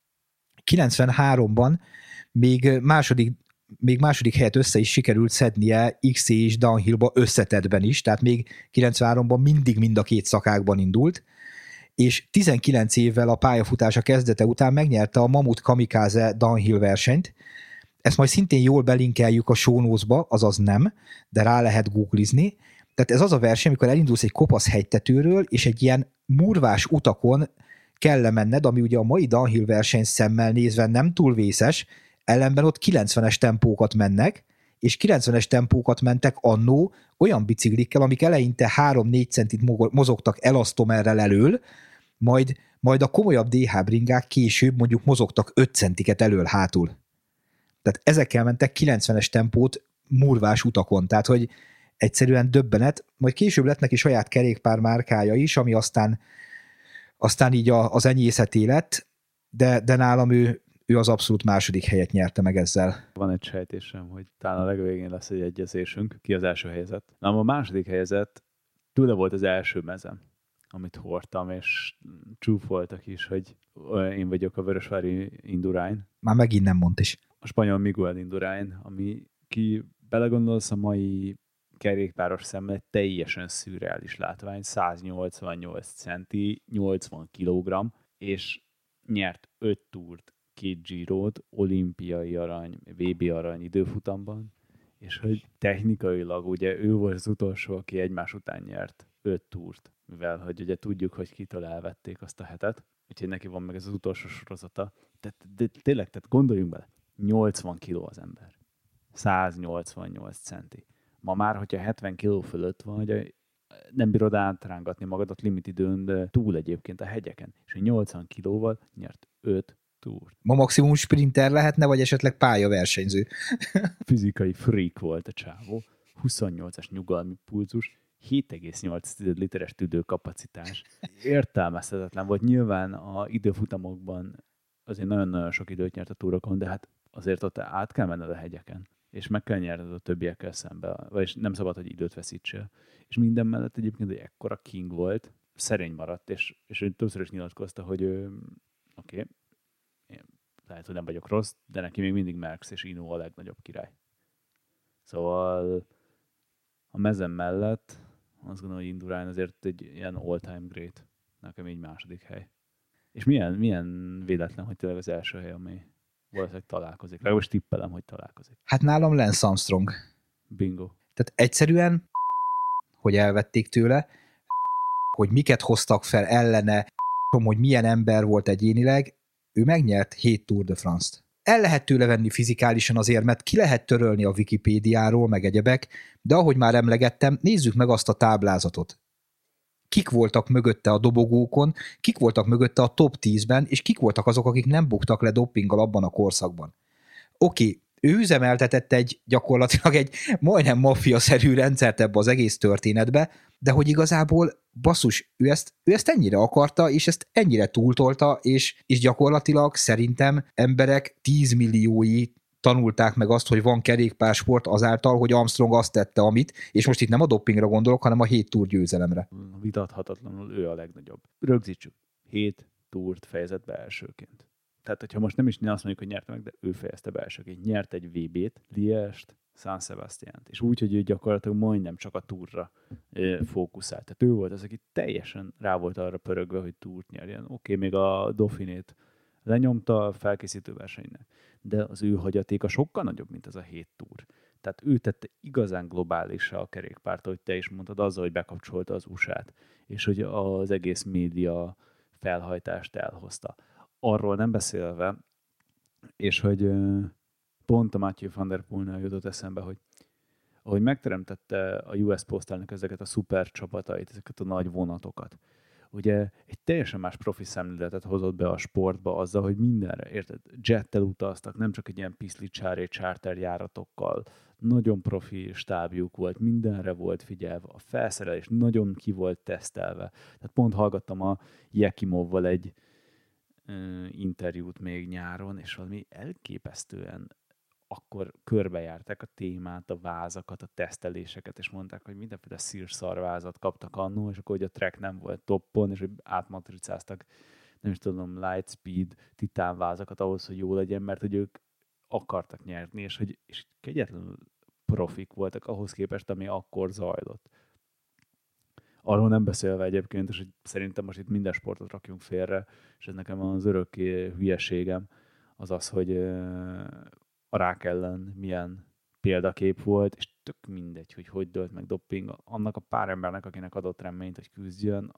kilencvenháromban még második még második helyet össze is sikerült szednie iksz cé és downhillba összetettben is, tehát még kilencvenháromban mindig mind a két szakákban indult, és tizenkilenc évvel a pályafutása kezdete után megnyerte a Mamut Kamikaze downhill versenyt. Ezt majd szintén jól belinkeljük a show notes-ba, azaz nem, de rá lehet googlizni. Tehát ez az a verseny, amikor elindulsz egy kopasz hegytetőről, és egy ilyen murvás utakon kell lemenned, ami ugye a mai downhill verseny szemmel nézve nem túl vészes, ellenben ott kilencvenes tempókat mennek, és kilencvenes tempókat mentek annó olyan biciklikkel, amik eleinte három-négy centit mozogtak elasztomerrel elől, majd, majd a komolyabb dé há bringák később mondjuk mozogtak öt centiket elől-hátul. Tehát ezekkel mentek kilencvenes tempót murvás utakon, tehát hogy egyszerűen döbbenet, majd később lett neki saját kerékpár márkája is, ami aztán, aztán így a, az enyészeté lett, de, de nálam ő ő az abszolút második helyet nyerte meg ezzel. Van egy sejtésem, hogy talán a legvégén lesz egy egyezésünk, ki az első helyezett. Na, a második helyezett tőle volt az első mezem, amit hordtam, és csúfoltak is, hogy én vagyok a Vörösvári Indurain. Már megint nem mond is. A spanyol Miguel Indurain, ami ki belegondolsz a mai kerékpáros szemmel egy teljesen szürreális látvány, száznyolcvannyolc centi, nyolcvan kilogramm, és nyert öt túrt, két Girót, olimpiai arany, vé bé arany időfutamban, és hogy technikailag ugye ő volt az utolsó, aki egymás után nyert öt túrt, mivel hogy ugye tudjuk, hogy kitől elvették azt a hetet, úgyhogy neki van meg ez az utolsó sorozata. Tehát de tényleg, tehát gondoljunk bele, nyolcvan kiló az ember, száznyolcvannyolc centi. Ma már, hogyha hetven kiló fölött vagy, nem bírod átrángatni magadat limit időn, de túl egyébként a hegyeken, és nyolcvan kilóval nyert öt túrt. Ma maximum sprinter lehetne, vagy esetleg pályaversenyző. Fizikai freak volt a csávó, huszonnyolcas nyugalmi pulzus, hét egész nyolc literes tüdőkapacitás. Értelmezhetetlen volt. Nyilván a időfutamokban azért nagyon-nagyon sok időt nyert a túrokon, de hát azért ott át kell menned a hegyeken, és meg kell nyerned a többiekkel szembe, vagyis nem szabad, hogy időt veszítsél. És minden mellett egyébként egy ekkora king volt, szerény maradt, és, és ő többször is nyilatkozta, hogy oké, okay, lehet, hogy nem vagyok rossz, de neki még mindig Merckx és Ino a legnagyobb király. Szóval a mezem mellett azt gondolom, hogy Indurain azért egy ilyen all-time great. Nekem így második hely. És milyen, milyen véletlen, hogy tényleg az első hely, ami valószínűleg találkozik. Legalábbis tippelem, hogy találkozik. Hát nálam Lance Armstrong. Bingo. Tehát egyszerűen, hogy elvették tőle, hogy miket hoztak fel ellene, hogy milyen ember volt egyénileg, ő megnyert hét Tour de France-t. El lehet tőle venni fizikálisan az érmet, ki lehet törölni a Wikipédiáról, meg egyebek, de ahogy már emlegettem, nézzük meg azt a táblázatot. Kik voltak mögötte a dobogókon, kik voltak mögötte a top tízben, és kik voltak azok, akik nem buktak le doppinggal abban a korszakban. Oké, okay, ő üzemeltetett egy gyakorlatilag egy majdnem maffia-szerű rendszert ebbe az egész történetbe, de hogy igazából basszus, ő ezt, ő ezt ennyire akarta, és ezt ennyire túltolta, és, és gyakorlatilag szerintem emberek tízmilliói tanulták meg azt, hogy van kerékpársport azáltal, hogy Armstrong azt tette, amit, és most itt nem a dopingra gondolok, hanem a hét túr győzelemre. Vitathatatlanul ő a legnagyobb. Rögzítsük. Hét túrt fejezett be elsőként. Tehát, hogyha most nem is azt mondjuk, hogy nyerte meg, de ő fejezte be elsőként. Nyert egy vé bét, Liest, San Sebastiánt. És úgy, hogy ő gyakorlatilag majdnem csak a túrra e, fókuszált. Tehát ő volt az, aki teljesen rá volt arra pörögve, hogy túrt nyerjen. Oké, okay, még a Dauphinét lenyomta a felkészítő versenynek, de az ő hagyatéka sokkal nagyobb, mint az a hét túr. Tehát ő tette igazán globálisra a kerékpárt, hogy te is mondtad, azzal, hogy bekapcsolta az u es á-t, és hogy az egész média felhajtást elhozta. Arról nem beszélve, és hogy pont a Mathieu van der Poelnál jutott eszembe, hogy ahogy megteremtette a u es Postalnak ezeket a szuper csapatait, ezeket a nagy vonatokat, ugye egy teljesen más profi szemléletet hozott be a sportba azzal, hogy mindenre, érted, jettel utaztak, nem csak egy ilyen piszlicsáré charter járatokkal, nagyon profi stábjuk volt, mindenre volt figyelve, a felszerelés nagyon ki volt tesztelve. Tehát pont hallgattam a Jekimovval egy ö, interjút még nyáron, és valami elképesztően akkor körbejárták a témát, a vázakat, a teszteléseket, és mondták, hogy mindenféle szírszarvázat kaptak annó, és akkor hogy a track nem volt toppon, és hogy átmatricáztak, nem is tudom, Lightspeed, titánvázakat ahhoz, hogy jó legyen, mert hogy ők akartak nyerni, és hogy és kegyetlenül profik voltak ahhoz képest, ami akkor zajlott. Arról nem beszélve egyébként, és hogy szerintem most itt minden sportot rakjunk félre, és ez nekem az örökké hülyeségem, az az, hogy a rák ellen milyen példakép volt, és tök mindegy, hogy hogy dölt meg doping. Annak a pár embernek, akinek adott reményt, hogy küzdjön,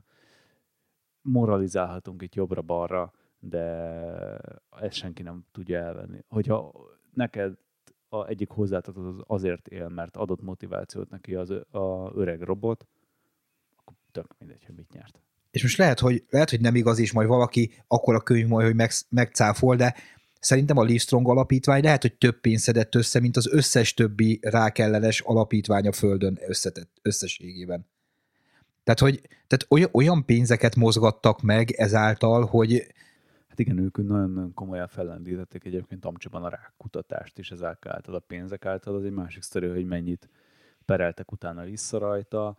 moralizálhatunk itt jobbra-balra, de ezt senki nem tudja elvenni. Hogyha neked a egyik hozzátartozó az azért él, mert adott motivációt neki az a öreg robot, akkor tök mindegy, hogy mit nyert. És most lehet, hogy, lehet, hogy nem igaz, és majd valaki akkor a könyv majd, hogy meg, megcáfol, de szerintem a Livestrong alapítvány lehet, hogy több pénzt szedett össze, mint az összes többi rákellenes alapítvány a Földön összetett, összességében. Tehát, hogy, tehát olyan, olyan pénzeket mozgattak meg ezáltal, hogy... Hát igen, ők nagyon komolyan fellendítették egyébként Amcsiban a rákkutatást is ezáltal a pénzek által. Az egy másik sztori, hogy mennyit pereltek utána vissza rajta.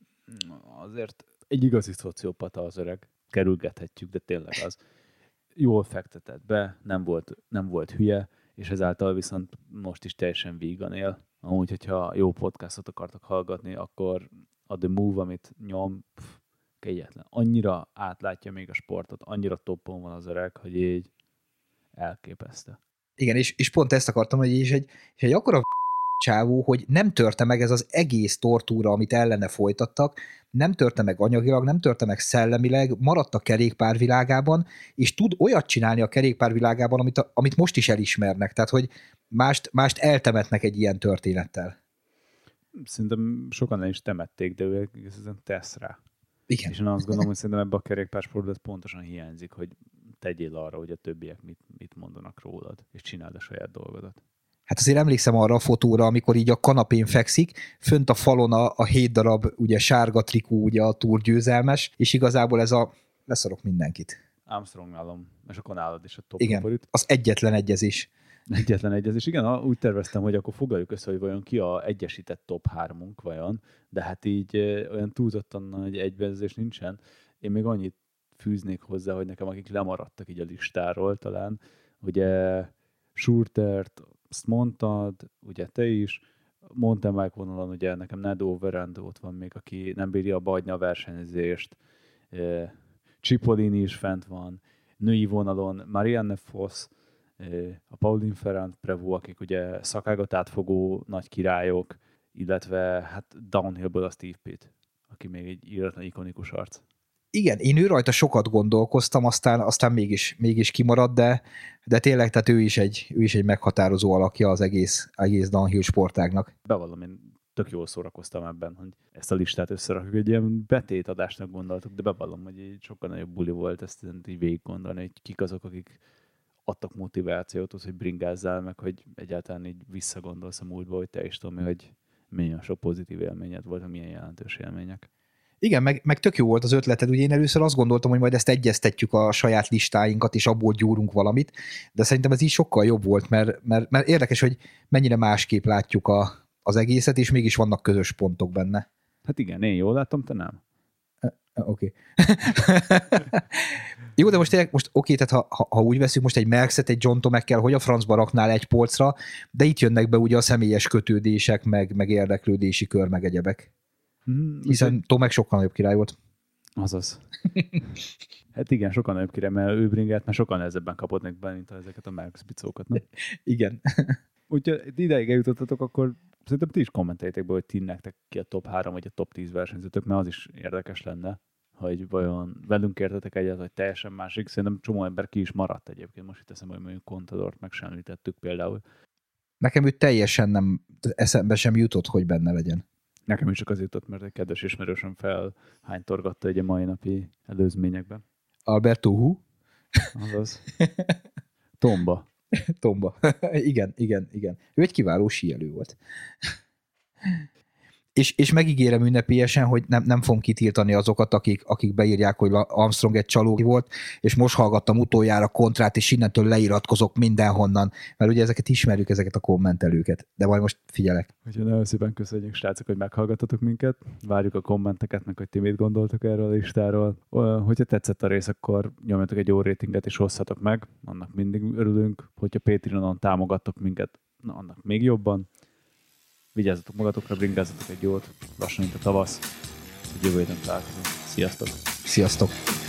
Azért egy igazi szociopata az öreg, kerülgethetjük, de tényleg az. Jól fektetett be, nem volt, nem volt hülye, és ezáltal viszont most is teljesen vígan él. Amúgy, hogyha jó podcastot akartak hallgatni, akkor a The Move, amit nyom, pff, kegyetlen. Annyira átlátja még a sportot, annyira toppon van az öreg, hogy így elképesztő. Igen, és, és pont ezt akartam, hogy és egy, és egy akkora csávó, hogy nem törte meg ez az egész tortúra, amit ellene folytattak, nem törte meg anyagilag, nem törte meg szellemileg, maradt a kerékpárvilágában, és tud olyat csinálni a kerékpárvilágában, amit, a, amit most is elismernek. Tehát, hogy mást, mást eltemetnek egy ilyen történettel. Szerintem sokan el is temették, de ő ezen tesz rá. Igen. És én azt gondolom, hogy szerintem ebben a kerékpársportban ez pontosan hiányzik, hogy tegyél arra, hogy a többiek mit, mit mondanak rólad, és csináld a saját dolgodat. Hát azért emlékszem arra a fotóra, amikor így a kanapén fekszik, fönt a falon a, a hét darab ugye sárga trikó, ugye a Tour győzelmes, és igazából ez a leszarok mindenkit. Armstrong nálam, és akkor nálad is a top Igen, favorit. az egyetlen egyezés. Egyetlen egyezés. Igen, úgy terveztem, hogy akkor foglaljuk össze, hogy vajon ki a egyesített top hármunk vajon, de hát így olyan túlzottan nagy egybeezés nincsen. Én még annyit fűznék hozzá, hogy nekem akik lemaradtak így a listáról talán, ugye Schurtert, azt mondtad, ugye te is, mountain bike vonalon, ugye nekem Ned Overend ott van még, aki nem bírja abba hagyni a versenyzést, Cipollini is fent van, női vonalon Marianne Vos, a Pauline Ferrand-Prévot, akik ugye szakágat átfogó nagy királyok, illetve hát downhillből a Steve Pitt, aki még egy íratlan ikonikus arc. Igen, én ő rajta sokat gondolkoztam, aztán, aztán mégis, mégis kimaradt, de, de tényleg, tehát ő is, egy, ő is egy meghatározó alakja az egész, egész downhill sportágnak. Bevallom, én tök jól szórakoztam ebben, hogy ezt a listát összerakjuk. Egy ilyen betétadásnak gondoltuk, de bevallom, hogy egy sokkal nagyobb buli volt ezt így végig gondolni, hogy kik azok, akik adtak motivációt, hogy bringázzál meg, hogy egyáltalán így visszagondolsz a múltba, hogy te is tudom, hogy milyen sok pozitív élményed volt, milyen jelentős élmények. Igen, meg, meg tök jó volt az ötleted, ugye én először azt gondoltam, hogy majd ezt egyeztetjük a saját listáinkat, és abból gyúrunk valamit, de szerintem ez így sokkal jobb volt, mert, mert, mert érdekes, hogy mennyire másképp látjuk a, az egészet, és mégis vannak közös pontok benne. Hát igen, én jól látom, te nem. Oké. Okay. Jó, de most tényleg, most oké, okay, tehát ha, ha, ha úgy veszünk, most egy Merckxet, egy John Tomekkel, hogy a francba raknál egy polcra, de itt jönnek be ugye a személyes kötődések, meg, meg érdeklődési kör, meg egyebek. Hmm, hiszen úgy, Tomek sokkal nagyobb király volt. Azaz. Hát igen, sokkal nagyobb király, mert ő bringát, mert sokkal nehezebben kapott meg be, mint ezeket a Merckx bicókat, nem? Igen. Úgyhogy ideig eljutottatok, akkor szerintem ti is kommenteljétek be, hogy ti nektek ki a top három vagy a top tíz versenyzőtök, mert az is érdekes lenne, hogy vajon velünk értetek egyet, hogy teljesen másik. Szerintem csomó ember ki is maradt egyébként. Most itt eszembe, hogy mondjuk Contadort meg sem említettük például. Nekem ő teljesen nem, eszembe sem jutott, hogy benne legyen. Nekem is csak az jutott, mert egy kedves ismerősöm felhánytorgatta egy a mai napi előzményekben. Alberto Hu? Azaz. Tomba. Tomba. igen, igen, igen. Ő egy kiváló síelő volt. És, és megígérem ünnepélyesen, hogy nem, nem fogom kitiltani azokat, akik, akik beírják, hogy Armstrong egy csaló volt, és most hallgattam utoljára Kontrát, és innentől leiratkozok mindenhonnan, mert ugye ezeket ismerjük, ezeket a kommentelőket. De majd most figyelek. Úgyhogy nagyon szépen köszönjük, srácok, hogy meghallgattatok minket. Várjuk a kommenteket, meg hogy ti mit gondoltok erről a listáról. Hogyha tetszett a rész, akkor nyomjatok egy jó ratinget, és hozzatok meg. Annak mindig örülünk. Hogyha Patreonon támogattok minket, na, annak még jobban. Vigyázzatok magatokra, bringázzatok egy jót, lassan itt a tavasz, hogy jövő héten találkozunk. Sziasztok! Sziasztok!